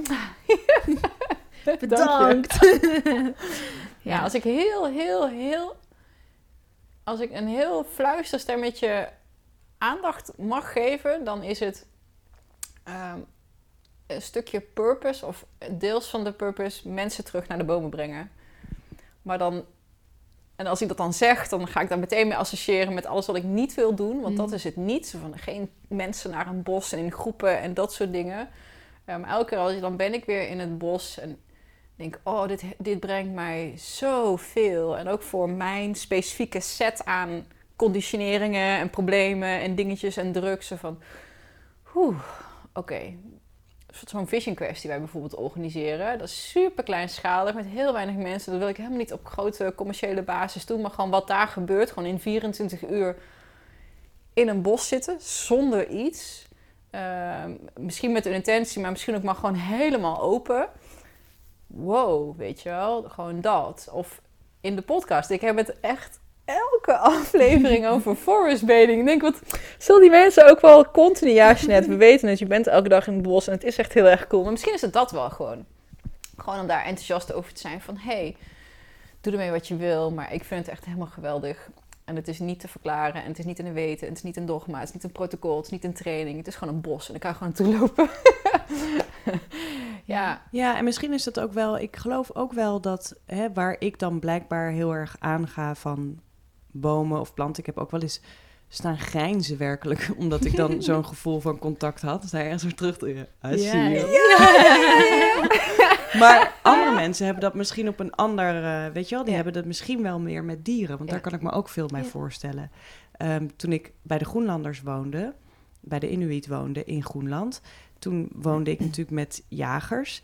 Bedankt. Ja, als ik heel, heel, heel... Als ik een heel fluisterstemmetje aandacht mag geven, dan is het ehm, een stukje purpose, of deels van de purpose, mensen terug naar de bomen brengen. Maar dan... En als ik dat dan zeg, dan ga ik daar meteen mee associëren met alles wat ik niet wil doen. Want Mm. dat is het niet. Zo van geen mensen naar een bos en in groepen en dat soort dingen. Ja, maar elke keer als je, dan ben ik weer in het bos en denk, oh, dit, dit brengt mij zoveel. En ook voor mijn specifieke set aan conditioneringen en problemen en dingetjes en drugs. Zo van, oeh, oké. Okay. Zo'n vision quest die wij bijvoorbeeld organiseren. Dat is super kleinschalig met heel weinig mensen. Dat wil ik helemaal niet op grote commerciële basis doen. Maar gewoon wat daar gebeurt. Gewoon in vierentwintig uur in een bos zitten. Zonder iets. Uh, misschien met een intentie, maar misschien ook maar gewoon helemaal open. Wow, weet je wel. Gewoon dat. Of in de podcast. Ik heb het echt elke aflevering over forest bathing. Ik denk, wat zullen die mensen ook wel continu... Ja, Jeanette, we weten het. Je bent elke dag in het bos en het is echt heel erg cool. Maar misschien is het dat wel gewoon. Gewoon om daar enthousiast over te zijn van... Hey, doe ermee wat je wil, maar ik vind het echt helemaal geweldig. En het is niet te verklaren en het is niet in een weten. En het is niet een dogma, het is niet een protocol, het is niet een training. Het is gewoon een bos en ik kan gewoon toelopen. ja. Ja, en misschien is dat ook wel... Ik geloof ook wel dat hè, waar ik dan blijkbaar heel erg aanga van bomen of planten... Ik heb ook wel eens staan grijnzen werkelijk, omdat ik dan zo'n gevoel van contact had. Dan sta je ergens weer terug te... Ja, I see you. Maar andere mensen hebben dat misschien op een ander... Uh, weet je wel, die Ja. hebben dat misschien wel meer met dieren. Want Ja. daar kan ik me ook veel bij Ja. voorstellen. Um, toen ik bij de Groenlanders woonde, bij de Inuit woonde in Groenland... Toen woonde ik natuurlijk met jagers.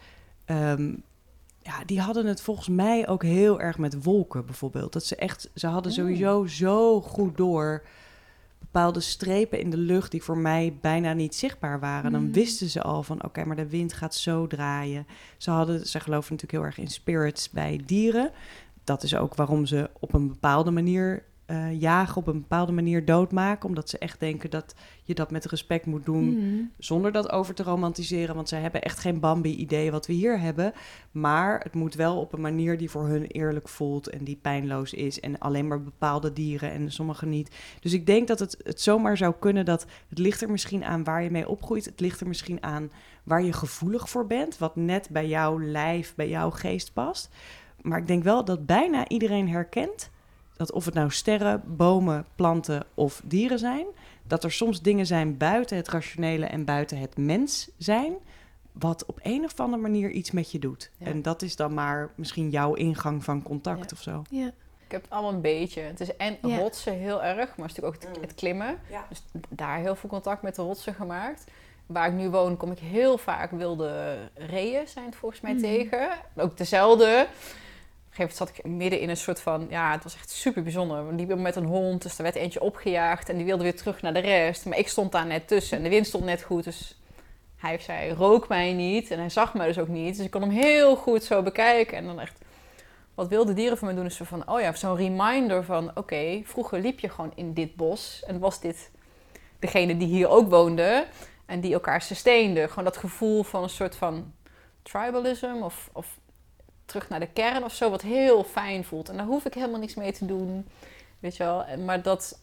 Um, ja, die hadden het volgens mij ook heel erg met wolken bijvoorbeeld. Dat ze echt, ze hadden sowieso zo goed door bepaalde strepen in de lucht die voor mij bijna niet zichtbaar waren. Dan Mm. wisten ze al van, oké, okay, maar de wind gaat zo draaien. Ze hadden, ze geloven natuurlijk heel erg in spirits bij dieren. Dat is ook waarom ze op een bepaalde manier uh, jagen, op een bepaalde manier doodmaken. Omdat ze echt denken dat je dat met respect moet doen, Mm. zonder dat over te romantiseren. Want zij hebben echt geen Bambi-idee wat we hier hebben. Maar het moet wel op een manier die voor hun eerlijk voelt en die pijnloos is. En alleen maar bepaalde dieren en sommige niet. Dus ik denk dat het, het zomaar zou kunnen dat het ligt er misschien aan waar je mee opgroeit. Het ligt er misschien aan waar je gevoelig voor bent. Wat net bij jouw lijf, bij jouw geest past. Maar ik denk wel dat bijna iedereen herkent dat of het nou sterren, bomen, planten of dieren zijn, dat er soms dingen zijn buiten het rationele en buiten het mens zijn, wat op een of andere manier iets met je doet. Ja. En dat is dan maar misschien jouw ingang van contact Ja. of zo. Ja. Ik heb het allemaal een beetje. Het is en Ja. rotsen heel erg, maar het is natuurlijk ook het, het klimmen. Ja. Dus daar heel veel contact met de rotsen gemaakt. Waar ik nu woon, kom ik heel vaak wilde reeën, zijn het volgens mij, Mm. tegen. Ook dezelfde. Op een gegeven moment zat ik midden in een soort van... Ja, het was echt super bijzonder. We liepen met een hond, dus er werd eentje opgejaagd. En die wilde weer terug naar de rest. Maar ik stond daar net tussen en de wind stond net goed. Dus hij zei, rook mij niet. En hij zag mij dus ook niet. Dus ik kon hem heel goed zo bekijken. En dan echt... Wat wilde dieren van me doen is zo van... Oh ja, zo'n reminder van... Oké, okay, vroeger liep je gewoon in dit bos. En was dit degene die hier ook woonde. En die elkaar sustainde. Gewoon dat gevoel van een soort van tribalism. Of, of terug naar de kern of zo. Wat heel fijn voelt. En daar hoef ik helemaal niks mee te doen. Weet je wel. Maar dat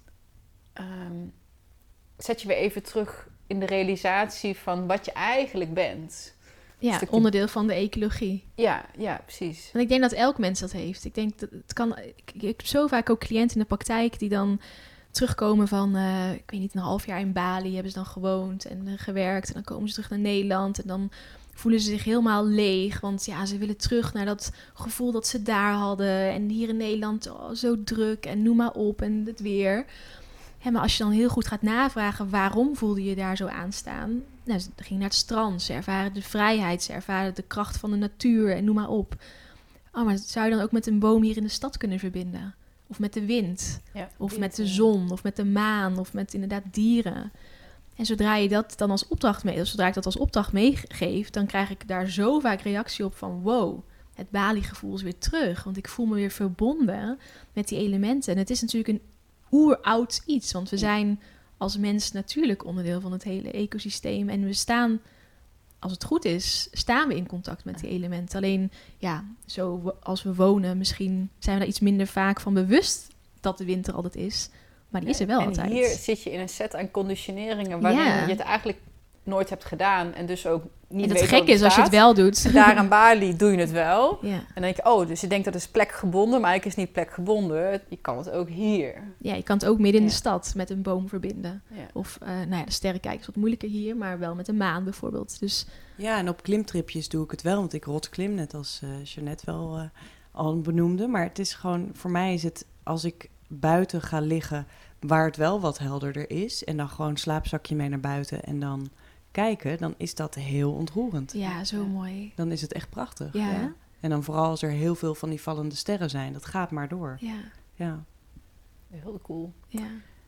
um, zet je weer even terug in de realisatie van wat je eigenlijk bent. Ja, stukje... onderdeel van de ecologie. Ja, ja, precies. En ik denk dat elk mens dat heeft. Ik denk dat het kan. Ik, ik heb zo vaak ook cliënten in de praktijk die dan terugkomen van, uh, ik weet niet, een half jaar in Bali hebben ze dan gewoond en uh, gewerkt. En dan komen ze terug naar Nederland en dan voelen ze zich helemaal leeg. Want ja, ze willen terug naar dat gevoel dat ze daar hadden. En hier in Nederland, oh, zo druk en noem maar op en het weer. Ja, maar als je dan heel goed gaat navragen, waarom voelde je daar zo aanstaan? Nou, ze gingen naar het strand, ze ervaren de vrijheid, ze ervaren de kracht van de natuur en noem maar op. Oh, maar zou je dan ook met een boom hier in de stad kunnen verbinden? Of met de wind, Ja, of met de zon, of met de maan, of met inderdaad dieren. En zodra je dat dan als opdracht mee, of zodra ik dat als opdracht meegeef, dan krijg ik daar zo vaak reactie op van, wow, het Bali-gevoel is weer terug. Want ik voel me weer verbonden met die elementen. En het is natuurlijk een oeroud iets, want we zijn als mens natuurlijk onderdeel van het hele ecosysteem. En we staan, als het goed is, staan we in contact met die elementen. Alleen, ja, zo als we wonen, misschien zijn we daar iets minder vaak van bewust dat de winter altijd is. Maar die is er wel en altijd. hier zit je in een set aan conditioneringen waarin Ja. je het eigenlijk nooit hebt gedaan. En dus ook niet En dat weet gek wat is als je het wel doet. Daar aan Bali doe je het wel. Ja. En dan denk je, oh, dus je denkt dat is plekgebonden, maar eigenlijk is het niet plekgebonden. Je kan het ook hier. ja, je kan het ook midden in Ja. de stad met een boom verbinden. Ja. Of, uh, nou ja, de sterrenkijk is wat moeilijker hier, maar wel met de maan bijvoorbeeld. Dus Ja, en op klimtripjes doe ik het wel, want ik rotklim, net als uh, Jeanette wel uh, al benoemde. Maar het is gewoon, voor mij is het, als ik buiten ga liggen waar het wel wat helderder is, en dan gewoon slaapzakje mee naar buiten en dan kijken, dan is dat heel ontroerend. ja, zo Ja. mooi. Dan is het echt prachtig. Ja, Ja. En dan vooral als er heel veel van die vallende sterren zijn. Dat gaat maar door. ja, Ja. Heel cool. ja.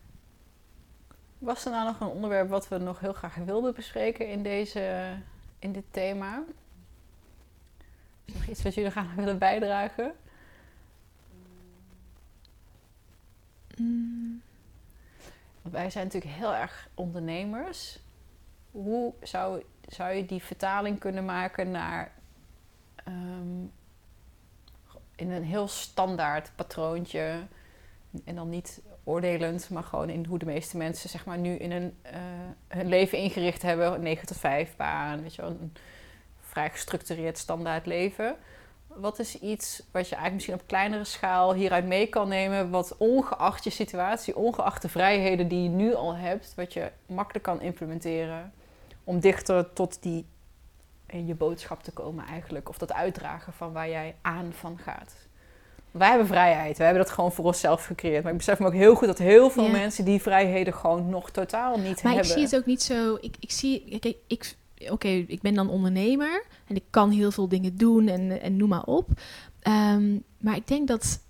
Was er nou nog een onderwerp wat we nog heel graag wilden bespreken in, deze, in dit thema? Is er nog iets wat jullie graag willen bijdragen? Mm. Want wij zijn natuurlijk heel erg ondernemers. Hoe zou, zou je die vertaling kunnen maken naar um, in een heel standaard patroontje en dan niet oordelend, maar gewoon in hoe de meeste mensen zeg maar nu in hun, uh, hun leven ingericht hebben. Een negen tot vijf baan, weet je wel, een vrij gestructureerd standaard leven. Wat is iets wat je eigenlijk misschien op kleinere schaal hieruit mee kan nemen, wat ongeacht je situatie, ongeacht de vrijheden die je nu al hebt, wat je makkelijk kan implementeren om dichter tot die in je boodschap te komen eigenlijk, of dat uitdragen van waar jij aan van gaat. Wij hebben vrijheid, wij hebben dat gewoon voor onszelf gecreëerd. Maar ik besef me ook heel goed dat heel veel Ja. mensen die vrijheden gewoon nog totaal niet Maar hebben. ik zie het ook niet zo... Ik, ik zie... Ik, ik, ik, Oké, okay, ik ben dan ondernemer en ik kan heel veel dingen doen en, en noem maar op. Um, maar ik denk dat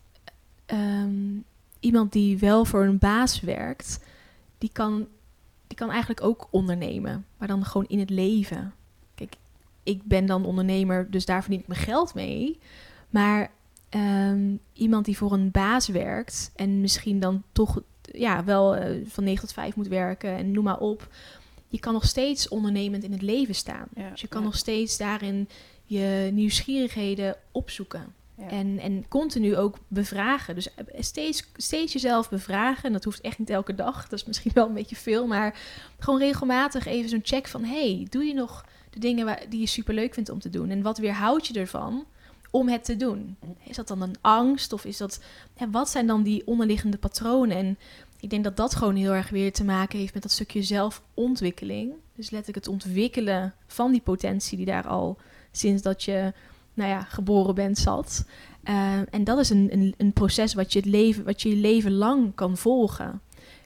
um, iemand die wel voor een baas werkt, die kan, die kan eigenlijk ook ondernemen. Maar dan gewoon in het leven. Kijk, ik ben dan ondernemer, dus daar verdien ik mijn geld mee. Maar um, iemand die voor een baas werkt en misschien dan toch ja, wel uh, van negen tot vijf moet werken en noem maar op. Je kan nog steeds ondernemend in het leven staan. Ja, dus je kan ja. nog steeds daarin je nieuwsgierigheden opzoeken. Ja. En, en continu ook bevragen. Dus steeds, steeds jezelf bevragen. En dat hoeft echt niet elke dag. Dat is misschien wel een beetje veel. Maar gewoon regelmatig even zo'n check van... hey, doe je nog de dingen waar, die je superleuk vindt om te doen? En wat weerhoudt je ervan om het te doen? Is dat dan een angst? Of is dat... Ja, wat zijn dan die onderliggende patronen? En ik denk dat dat gewoon heel erg weer te maken heeft met dat stukje zelfontwikkeling. Dus letterlijk het ontwikkelen van die potentie die daar al sinds dat je nou ja, geboren bent zat. Uh, en dat is een, een, een proces wat je, het leven, wat je je leven lang kan volgen.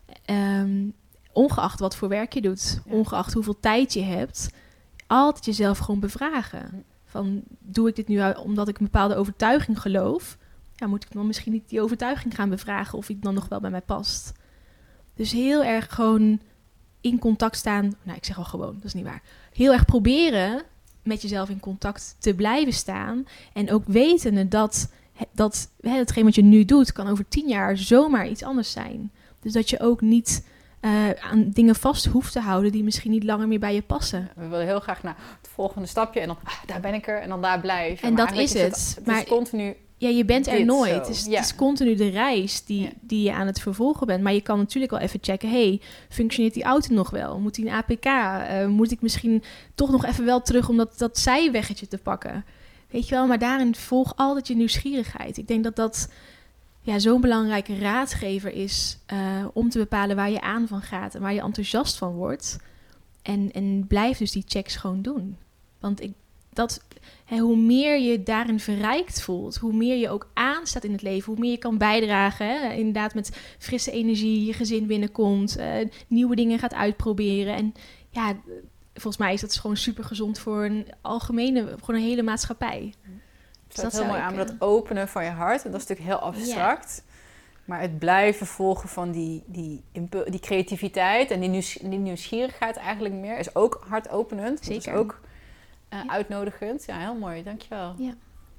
Um, ongeacht wat voor werk je doet, Ja. ongeacht hoeveel tijd je hebt, altijd jezelf gewoon bevragen. Van, doe ik dit nu omdat ik een bepaalde overtuiging geloof? Ja, moet ik dan misschien niet die overtuiging gaan bevragen of die dan nog wel bij mij past? Dus heel erg gewoon in contact staan. Nou, ik zeg al gewoon, dat is niet waar. Heel erg proberen met jezelf in contact te blijven staan. En ook wetende dat, dat hè, hetgeen wat je nu doet, kan over tien jaar zomaar iets anders zijn. Dus dat je ook niet uh, aan dingen vast hoeft te houden die misschien niet langer meer bij je passen. We willen heel graag naar het volgende stapje en dan, ah, daar ben ik er en dan daar blijven. En maar dat is eigenlijk het. het. Het Maar is continu... Ja, je bent er Dit nooit. zo, Het is, ja. het is continu de reis die, Ja. die je aan het vervolgen bent. Maar je kan natuurlijk wel even checken... hey, functioneert die auto nog wel? Moet die een A P K? Uh, moet ik misschien toch nog even wel terug... om dat, dat zijweggetje te pakken? Weet je wel? Maar daarin volg altijd je nieuwsgierigheid. Ik denk dat dat ja, zo'n belangrijke raadgever is... Uh, om te bepalen waar je aan van gaat... en waar je enthousiast van wordt. En, en blijf dus die checks gewoon doen. Want ik... dat He, hoe meer je daarin verrijkt voelt, hoe meer je ook aanstaat in het leven, hoe meer je kan bijdragen. Hè? Inderdaad met frisse energie, je gezin binnenkomt, uh, nieuwe dingen gaat uitproberen. En ja, volgens mij is dat gewoon super gezond voor een algemene, voor een hele maatschappij. Het staat heel mooi aan met dat openen van je hart. En dat is natuurlijk heel abstract. Ja. Maar het blijven volgen van die, die, impu- die creativiteit en die, nieuws- die nieuwsgierigheid eigenlijk meer, is ook hartopenend. Dat Zeker. is ook uh, Ja. uitnodigend. Ja, heel mooi. Dankjewel. Ja.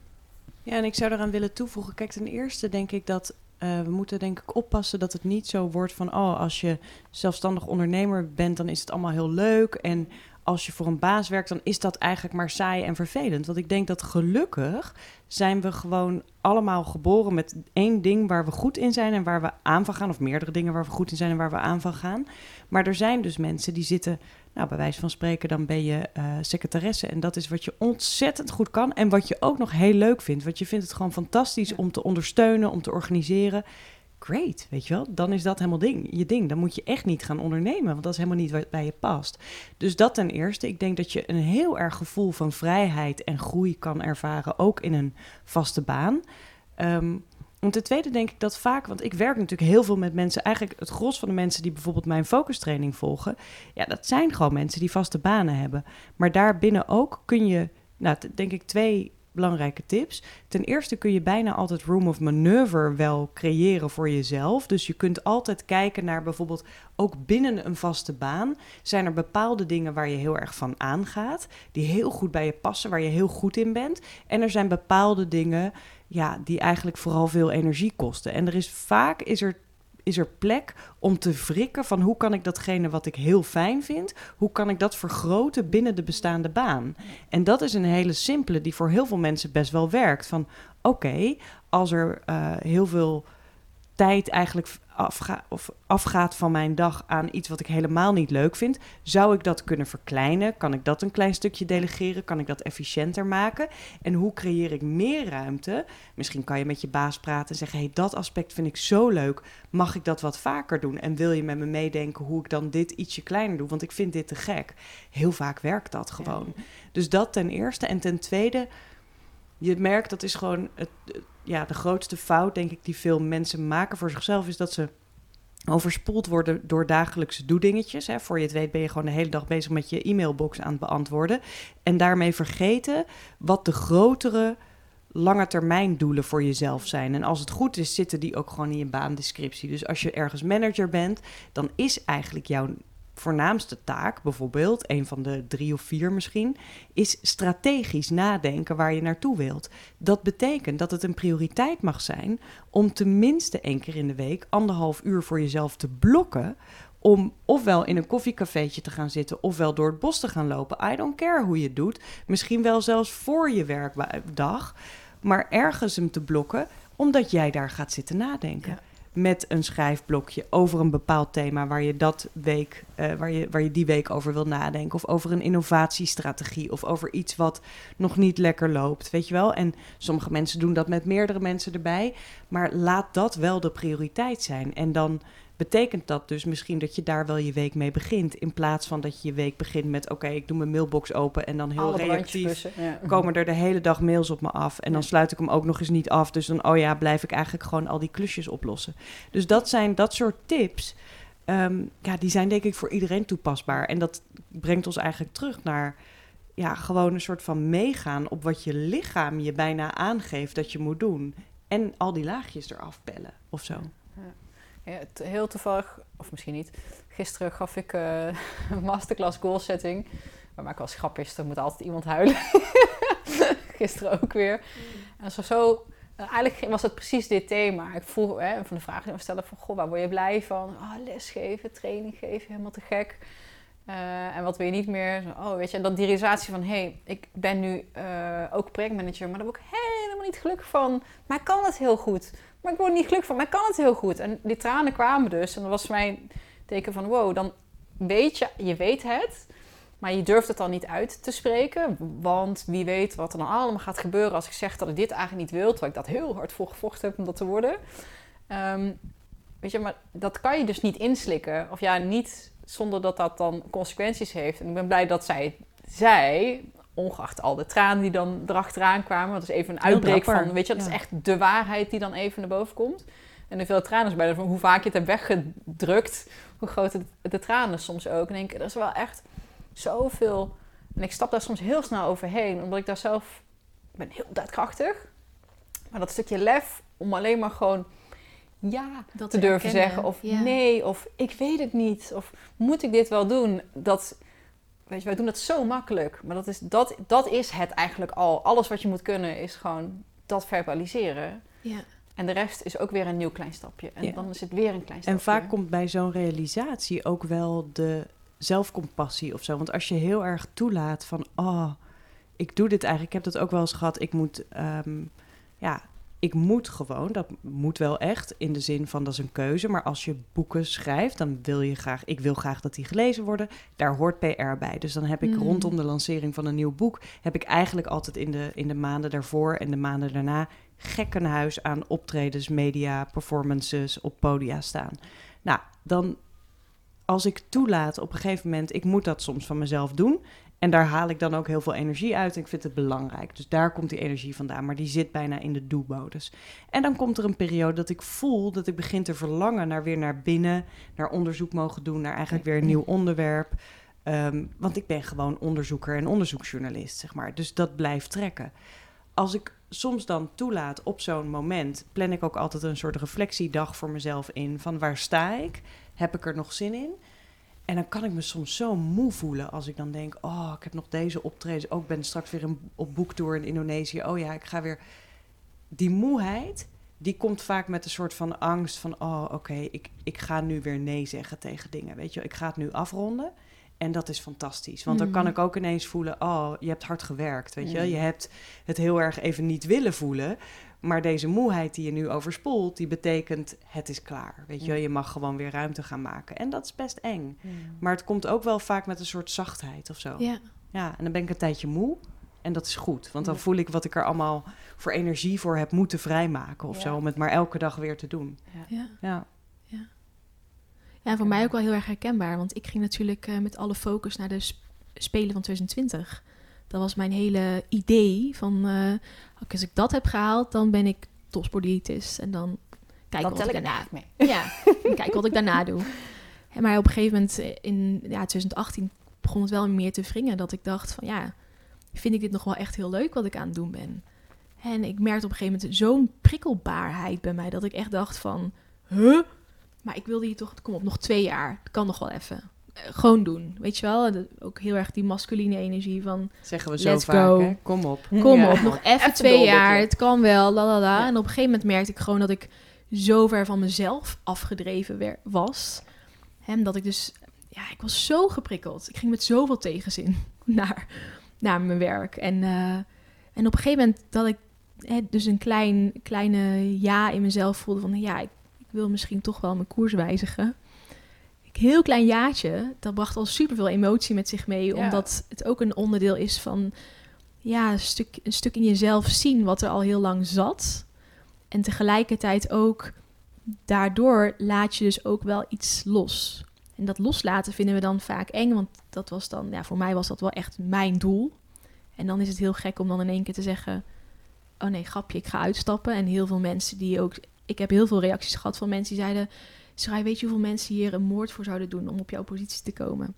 Ja, en ik zou eraan willen toevoegen. Kijk, ten eerste denk ik dat uh, we moeten denk ik oppassen dat het niet zo wordt van... oh, als je zelfstandig ondernemer bent, dan is het allemaal heel leuk. En als je voor een baas werkt, dan is dat eigenlijk maar saai en vervelend. Want ik denk dat gelukkig zijn we gewoon allemaal geboren met één ding waar we goed in zijn en waar we aan van gaan. Of meerdere dingen waar we goed in zijn en waar we aan van gaan. Maar er zijn dus mensen die zitten... Nou, bij wijze van spreken, dan ben je uh, secretaresse. En dat is wat je ontzettend goed kan. En wat je ook nog heel leuk vindt. Want je vindt het gewoon fantastisch Ja. om te ondersteunen, om te organiseren. Great, weet je wel. Dan is dat helemaal ding, je ding. Dan moet je echt niet gaan ondernemen. Want dat is helemaal niet wat bij je past. Dus dat ten eerste. Ik denk dat je een heel erg gevoel van vrijheid en groei kan ervaren. Ook in een vaste baan. Um, En ten tweede denk ik dat vaak, want ik werk natuurlijk heel veel met mensen, eigenlijk het gros van de mensen die bijvoorbeeld mijn focustraining volgen, ja, dat zijn gewoon mensen die vaste banen hebben. Maar daarbinnen ook kun je, nou, t- denk ik twee belangrijke tips. Ten eerste kun je bijna altijd room of manoeuvre wel creëren voor jezelf. Dus je kunt altijd kijken naar bijvoorbeeld ook binnen een vaste baan. Zijn er bepaalde dingen waar je heel erg van aangaat, die heel goed bij je passen, waar je heel goed in bent. En er zijn bepaalde dingen, ja, die eigenlijk vooral veel energie kosten. En er is vaak is er, is er plek om te wrikken van hoe kan ik datgene wat ik heel fijn vind, hoe kan ik dat vergroten binnen de bestaande baan. En dat is een hele simpele die voor heel veel mensen best wel werkt. Van oké, okay, als er uh, heel veel tijd eigenlijk afga- of afgaat van mijn dag aan iets wat ik helemaal niet leuk vind. Zou ik dat kunnen verkleinen? Kan ik dat een klein stukje delegeren? Kan ik dat efficiënter maken? En hoe creëer ik meer ruimte? Misschien kan je met je baas praten en zeggen, hey, dat aspect vind ik zo leuk. Mag ik dat wat vaker doen? En wil je met me meedenken hoe ik dan dit ietsje kleiner doe? Want ik vind dit te gek. Heel vaak werkt dat gewoon. Ja. Dus dat ten eerste. En ten tweede, je merkt, dat is gewoon het, ja, de grootste fout, denk ik, die veel mensen maken voor zichzelf, is dat ze overspoeld worden door dagelijkse doedingetjes. Hè. Voor je het weet ben je gewoon de hele dag bezig met je e-mailbox aan het beantwoorden. En daarmee vergeten wat de grotere lange termijn doelen voor jezelf zijn. En als het goed is, zitten die ook gewoon in je baandescriptie. Dus als je ergens manager bent, dan is eigenlijk jouw voornaamste taak, bijvoorbeeld, een van de drie of vier misschien, is strategisch nadenken waar je naartoe wilt. Dat betekent dat het een prioriteit mag zijn om tenminste één keer in de week anderhalf uur voor jezelf te blokken, om ofwel in een koffiecafeetje te gaan zitten, ofwel door het bos te gaan lopen. I don't care hoe je het doet. Misschien wel zelfs voor je werkdag, maar ergens hem te blokken, omdat jij daar gaat zitten nadenken. Ja. Met een schrijfblokje over een bepaald thema waar je, dat week, uh, waar, je, waar je die week over wil nadenken. Of over een innovatiestrategie. Of over iets wat nog niet lekker loopt. Weet je wel? En sommige mensen doen dat met meerdere mensen erbij. Maar laat dat wel de prioriteit zijn. En dan betekent dat dus misschien dat je daar wel je week mee begint. In plaats van dat je je week begint met, oké, okay, ik doe mijn mailbox open en dan heel Alle reactief ja. komen er de hele dag mails op me af. En dan ja. sluit ik hem ook nog eens niet af. Dus dan, oh ja, blijf ik eigenlijk gewoon al die klusjes oplossen. Dus dat zijn dat soort tips. Um, ja, die zijn denk ik voor iedereen toepasbaar. En dat brengt ons eigenlijk terug naar, ja, gewoon een soort van meegaan op wat je lichaam je bijna aangeeft dat je moet doen. En al die laagjes eraf bellen of zo. Ja. Ja, heel toevallig, of misschien niet, gisteren gaf ik uh, een masterclass goal setting. Waar ik wel eens grap is, er moet altijd iemand huilen. Gisteren ook weer. En zo, zo uh, eigenlijk was het precies dit thema. Ik vroeg hè, van de vraag die we stellen van, goh, waar word je blij van? Oh, lesgeven, training geven, helemaal te gek. Uh, en wat wil je niet meer? Oh, weet je, en dan die realisatie van, hé, hey, ik ben nu uh, ook projectmanager, maar daar word ik helemaal niet gelukkig van. Maar ik kan het heel goed. Maar ik word er niet gelukkig van, maar ik kan het heel goed. En die tranen kwamen dus. En dat was mijn teken van, wow, dan weet je, je weet het. Maar je durft het dan niet uit te spreken. Want wie weet wat er dan allemaal gaat gebeuren als ik zeg dat ik dit eigenlijk niet wil. Terwijl ik dat heel hard voor gevochten heb om dat te worden. Um, weet je, maar dat kan je dus niet inslikken. Of ja, niet zonder dat dat dan consequenties heeft. En ik ben blij dat zij zei, ongeacht al de tranen die dan erachteraan kwamen. Want dat is even een uitbreek van, weet je, dat ja. is echt de waarheid die dan even naar boven komt. En hoeveel tranen is bij van hoe vaak je het hebt weggedrukt, hoe groot de, de tranen soms ook. En ik denk, er is wel echt zoveel. En ik stap daar soms heel snel overheen, omdat ik daar zelf, ik ben heel daadkrachtig. Maar dat stukje lef om alleen maar gewoon ja dat te durven herkennen. Zeggen. Of ja. nee, of ik weet het niet. Of moet ik dit wel doen? Dat, weet je, wij doen dat zo makkelijk. Maar dat is, dat, dat is het eigenlijk al. Alles wat je moet kunnen is gewoon dat verbaliseren. Ja. En de rest is ook weer een nieuw klein stapje. En ja. dan is het weer een klein stapje. En vaak komt bij zo'n realisatie ook wel de zelfcompassie of zo. Want als je heel erg toelaat van, oh, ik doe dit eigenlijk. Ik heb dat ook wel eens gehad. Ik moet, um, ja, ik moet gewoon. Dat moet wel echt in de zin van, dat is een keuze. Maar als je boeken schrijft, dan wil je graag, ik wil graag dat die gelezen worden. Daar hoort P R bij. Dus dan heb ik mm. rondom de lancering van een nieuw boek, heb ik eigenlijk altijd in de, in de maanden daarvoor en de maanden daarna gekkenhuis aan optredens, media, performances op podia staan. Nou, dan als ik toelaat op een gegeven moment, ik moet dat soms van mezelf doen. En daar haal ik dan ook heel veel energie uit en ik vind het belangrijk. Dus daar komt die energie vandaan, maar die zit bijna in de do-modus. En dan komt er een periode dat ik voel dat ik begin te verlangen naar weer naar binnen, naar onderzoek mogen doen, naar eigenlijk weer een nieuw onderwerp. Um, want ik ben gewoon onderzoeker en onderzoeksjournalist, zeg maar. Dus dat blijft trekken. Als ik soms dan toelaat op zo'n moment, plan ik ook altijd een soort reflectiedag voor mezelf in. Van waar sta ik? Heb ik er nog zin in? En dan kan ik me soms zo moe voelen als ik dan denk, oh, ik heb nog deze optredens. Ook ben straks weer een, op boektour in Indonesië. Oh ja, ik ga weer. Die moeheid, die komt vaak met een soort van angst van, oh, oké, okay, ik, ik ga nu weer nee zeggen tegen dingen. Weet je, ik ga het nu afronden. En dat is fantastisch. Want dan Mm. kan ik ook ineens voelen... oh, je hebt hard gewerkt, weet je. Mm. Je hebt het heel erg even niet willen voelen. Maar deze moeheid die je nu overspoelt... die betekent, het is klaar. Weet je, Mm. je mag gewoon weer ruimte gaan maken. En dat is best eng. Mm. Maar het komt ook wel vaak met een soort zachtheid of zo. Ja. Ja, en dan ben ik een tijdje moe. En dat is goed. Want dan Ja. voel ik wat ik er allemaal voor energie voor heb moeten vrijmaken of Ja. zo. Om het maar elke dag weer te doen. Ja. Ja. Ja, voor mij ook wel heel erg herkenbaar. Want ik ging natuurlijk uh, met alle focus naar de sp- Spelen van twintig twintig. Dat was mijn hele idee van... Uh, okay, als ik dat heb gehaald, dan ben ik topsportdiëtist. En dan kijken Dan wat tel ik ik daarna... mee. Ja, en kijken wat ik daarna doe. En maar op een gegeven moment in ja, twintig achttien begon het wel meer te wringen. Dat ik dacht van ja, vind ik dit nog wel echt heel leuk wat ik aan het doen ben. En ik merkte op een gegeven moment zo'n prikkelbaarheid bij mij. Dat ik echt dacht van, huh? Maar ik wilde hier toch, kom op, nog twee jaar. Dat kan nog wel even. Uh, gewoon doen, weet je wel? De, ook heel erg die masculine energie van... Zeggen we zo Let's vaak, go. hè? Kom op. Kom Ja. op, nog even, Even twee doorbikken. jaar. Het kan wel, la la la. Ja. En op een gegeven moment merkte ik gewoon dat ik zo ver van mezelf afgedreven wer- was. En dat ik dus... Ja, ik was zo geprikkeld. Ik ging met zoveel tegenzin naar, naar mijn werk. En, uh, en op een gegeven moment dat ik hè, dus een klein, kleine ja in mezelf voelde van... Ja, ik, ik wil misschien toch wel mijn koers wijzigen. Een heel klein jaartje, dat bracht al superveel emotie met zich mee. Ja. Omdat het ook een onderdeel is van... Ja, een stuk, een stuk in jezelf zien wat er al heel lang zat. En tegelijkertijd ook... Daardoor laat je dus ook wel iets los. En dat loslaten vinden we dan vaak eng. Want dat was dan... Ja, voor mij was dat wel echt mijn doel. En dan is het heel gek om dan in één keer te zeggen... Oh nee, grapje, ik ga uitstappen. En heel veel mensen die ook... Ik heb heel veel reacties gehad van mensen die zeiden... Sarai, weet je hoeveel mensen hier een moord voor zouden doen om op jouw positie te komen?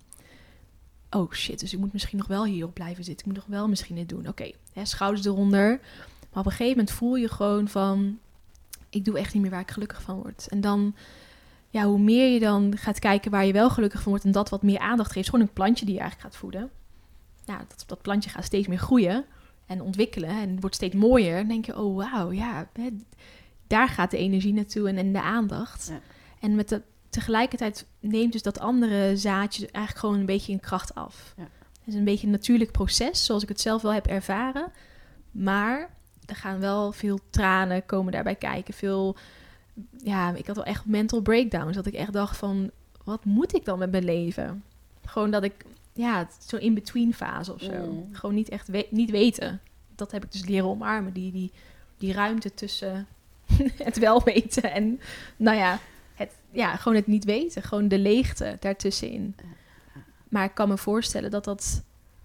Oh shit, dus ik moet misschien nog wel hierop blijven zitten. Ik moet nog wel misschien dit doen. Oké, okay, schouders eronder. Maar op een gegeven moment voel je gewoon van... Ik doe echt niet meer waar ik gelukkig van word. En dan, ja, hoe meer je dan gaat kijken waar je wel gelukkig van wordt... en dat wat meer aandacht geeft. Gewoon een plantje die je eigenlijk gaat voeden. Nou, dat, dat plantje gaat steeds meer groeien en ontwikkelen. En het wordt steeds mooier. Dan denk je, oh wauw, ja, hè, daar gaat de energie naartoe en, en de aandacht. Ja. En met de, tegelijkertijd neemt dus dat andere zaadje eigenlijk gewoon een beetje in kracht af. Ja. Het is een beetje een natuurlijk proces, zoals ik het zelf wel heb ervaren. Maar er gaan wel veel tranen komen daarbij kijken. Veel, ja, ik had wel echt mental breakdowns. Dat ik echt dacht van, wat moet ik dan met mijn leven? Gewoon dat ik, ja, zo'n in-between fase of zo. Mm. Gewoon niet echt we- niet weten. Dat heb ik dus leren omarmen. Die, die, die ruimte tussen het wel weten en, nou ja, het, ja, gewoon het niet weten. Gewoon de leegte daartussenin. Maar ik kan me voorstellen dat dat...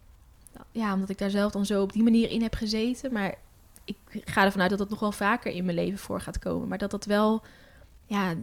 Ja, omdat ik daar zelf dan zo op die manier in heb gezeten. Maar ik ga ervan uit dat dat nog wel vaker in mijn leven voor gaat komen. Maar dat dat wel... Ja,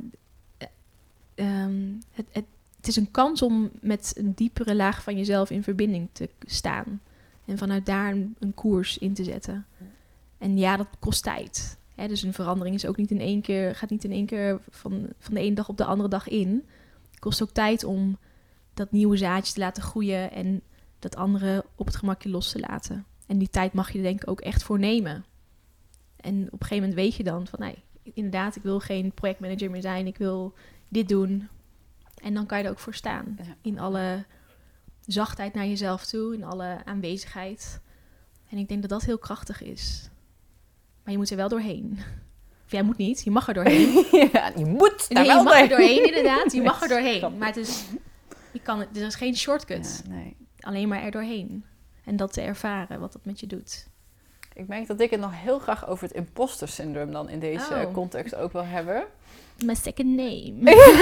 uh, um, het, het, het is een kans om met een diepere laag van jezelf in verbinding te staan. En vanuit daar een, een koers in te zetten. En ja, dat kost tijd. Hè, dus een verandering is ook niet in één keer, gaat niet in één keer van, van de ene dag op de andere dag in. Het kost ook tijd om dat nieuwe zaadje te laten groeien en dat andere op het gemakje los te laten. En die tijd mag je er denk ik ook echt voor nemen. En op een gegeven moment weet je dan van, nee, inderdaad, ik wil geen projectmanager meer zijn. Ik wil dit doen. En dan kan je er ook voor staan. Ja. In alle zachtheid naar jezelf toe, in alle aanwezigheid. En ik denk dat dat heel krachtig is. Maar je moet er wel doorheen. Of jij moet niet, je mag er doorheen. Ja, je moet daar Nee, wel je mag er doorheen. doorheen inderdaad. Je mag er doorheen. Grappig. Maar het is, je kan, het- er is geen shortcut. Ja, nee. Alleen maar er doorheen. En dat te ervaren, wat dat met je doet. Ik merk dat ik het nog heel graag over het imposter syndroom dan in deze Oh. context ook wil hebben. My second name.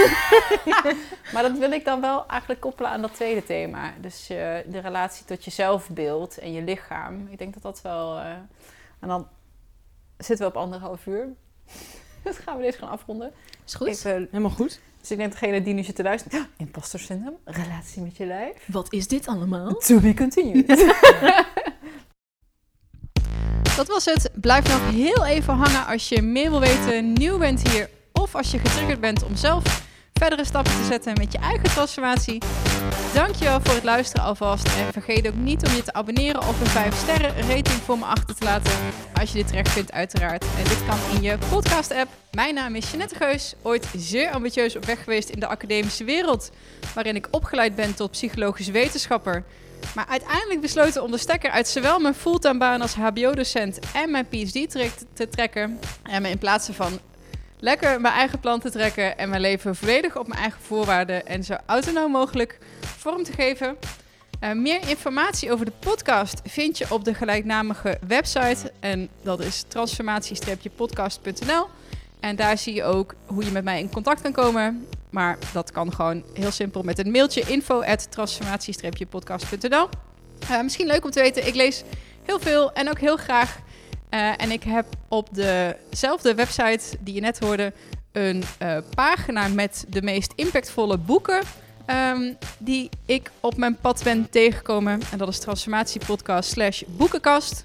Maar dat wil ik dan wel eigenlijk koppelen aan dat tweede thema. Dus uh, de relatie tot je zelfbeeld en je lichaam. Ik denk dat dat wel... Uh, en dan zitten we op anderhalf uur. Dus gaan we deze gaan afronden. Is goed? Even, Helemaal goed. dus ik denk degene die nu zit te luisteren. Oh, imposter syndroom, relatie met je lijf. Wat is dit allemaal? To be continued. Dat was het. Blijf nog heel even hangen als je meer wil weten, nieuw bent hier of als je getriggerd bent om zelf verdere stappen te zetten met je eigen transformatie. Dankjewel voor het luisteren alvast. En vergeet ook niet om je te abonneren of een vijf sterren rating voor me achter te laten. Als je dit terecht vindt uiteraard. En dit kan in je podcast app. Mijn naam is Jeanette Geus. Ooit zeer ambitieus op weg geweest in de academische wereld. Waarin ik opgeleid ben tot psychologisch wetenschapper. Maar uiteindelijk besloten om de stekker uit zowel mijn fulltime baan als hbo-docent en mijn P H D te, te trekken. En me in plaats van lekker mijn eigen plan te trekken en mijn leven volledig op mijn eigen voorwaarden en zo autonoom mogelijk vorm te geven. Uh, meer informatie over de podcast vind je op de gelijknamige website. En dat is transformatie podcast punt n l. En daar zie je ook hoe je met mij in contact kan komen. Maar dat kan gewoon heel simpel met een mailtje info at transformatie podcast punt n l. Uh, misschien leuk om te weten, ik lees heel veel en ook heel graag. Uh, en ik heb op dezelfde website die je net hoorde een uh, pagina met de meest impactvolle boeken um, die ik op mijn pad ben tegengekomen. En dat is transformatiepodcast slash boekenkast.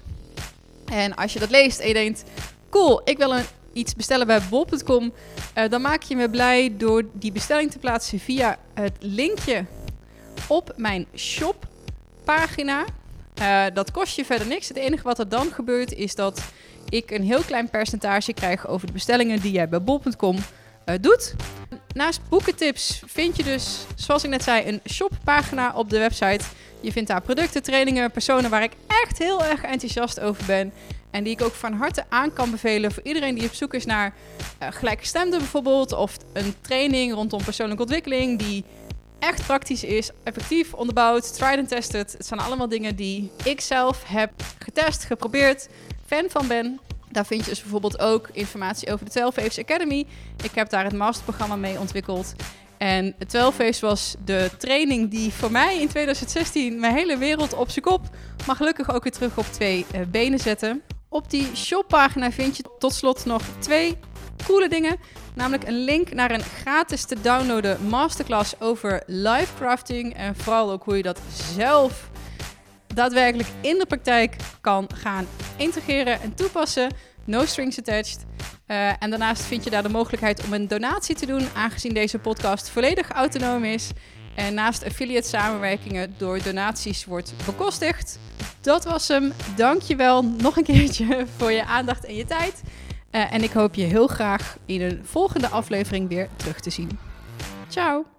En als je dat leest en je denkt, cool, ik wil een, iets bestellen bij bol punt com, uh, dan maak je me blij door die bestelling te plaatsen via het linkje op mijn shoppagina. Uh, dat kost je verder niks. Het enige wat er dan gebeurt is dat ik een heel klein percentage krijg over de bestellingen die jij bij bol punt com uh, doet. Naast boekentips vind je dus, zoals ik net zei, een shoppagina op de website. Je vindt daar producten, trainingen, personen waar ik echt heel erg enthousiast over ben. En die ik ook van harte aan kan bevelen voor iedereen die op zoek is naar uh, gelijkgestemden bijvoorbeeld. Of een training rondom persoonlijke ontwikkeling die echt praktisch is, effectief onderbouwd, tried and tested. Het zijn allemaal dingen die ik zelf heb getest, geprobeerd, fan van ben. Daar vind je dus bijvoorbeeld ook informatie over de twaalf Waves Academy. Ik heb daar het masterprogramma mee ontwikkeld. En het twaalf Waves was de training die voor mij in twintig zestien mijn hele wereld op zijn kop, maar gelukkig ook weer terug op twee uh, benen zetten. Op die shoppagina vind je tot slot nog twee coole dingen. Namelijk een link naar een gratis te downloaden masterclass over life crafting. En vooral ook hoe je dat zelf daadwerkelijk in de praktijk kan gaan integreren en toepassen. No strings attached. Uh, en daarnaast vind je daar de mogelijkheid om een donatie te doen, aangezien deze podcast volledig autonoom is. En naast affiliate samenwerkingen door donaties wordt bekostigd. Dat was hem. Dankjewel nog een keertje voor je aandacht en je tijd. Uh, en ik hoop je heel graag in een volgende aflevering weer terug te zien. Ciao!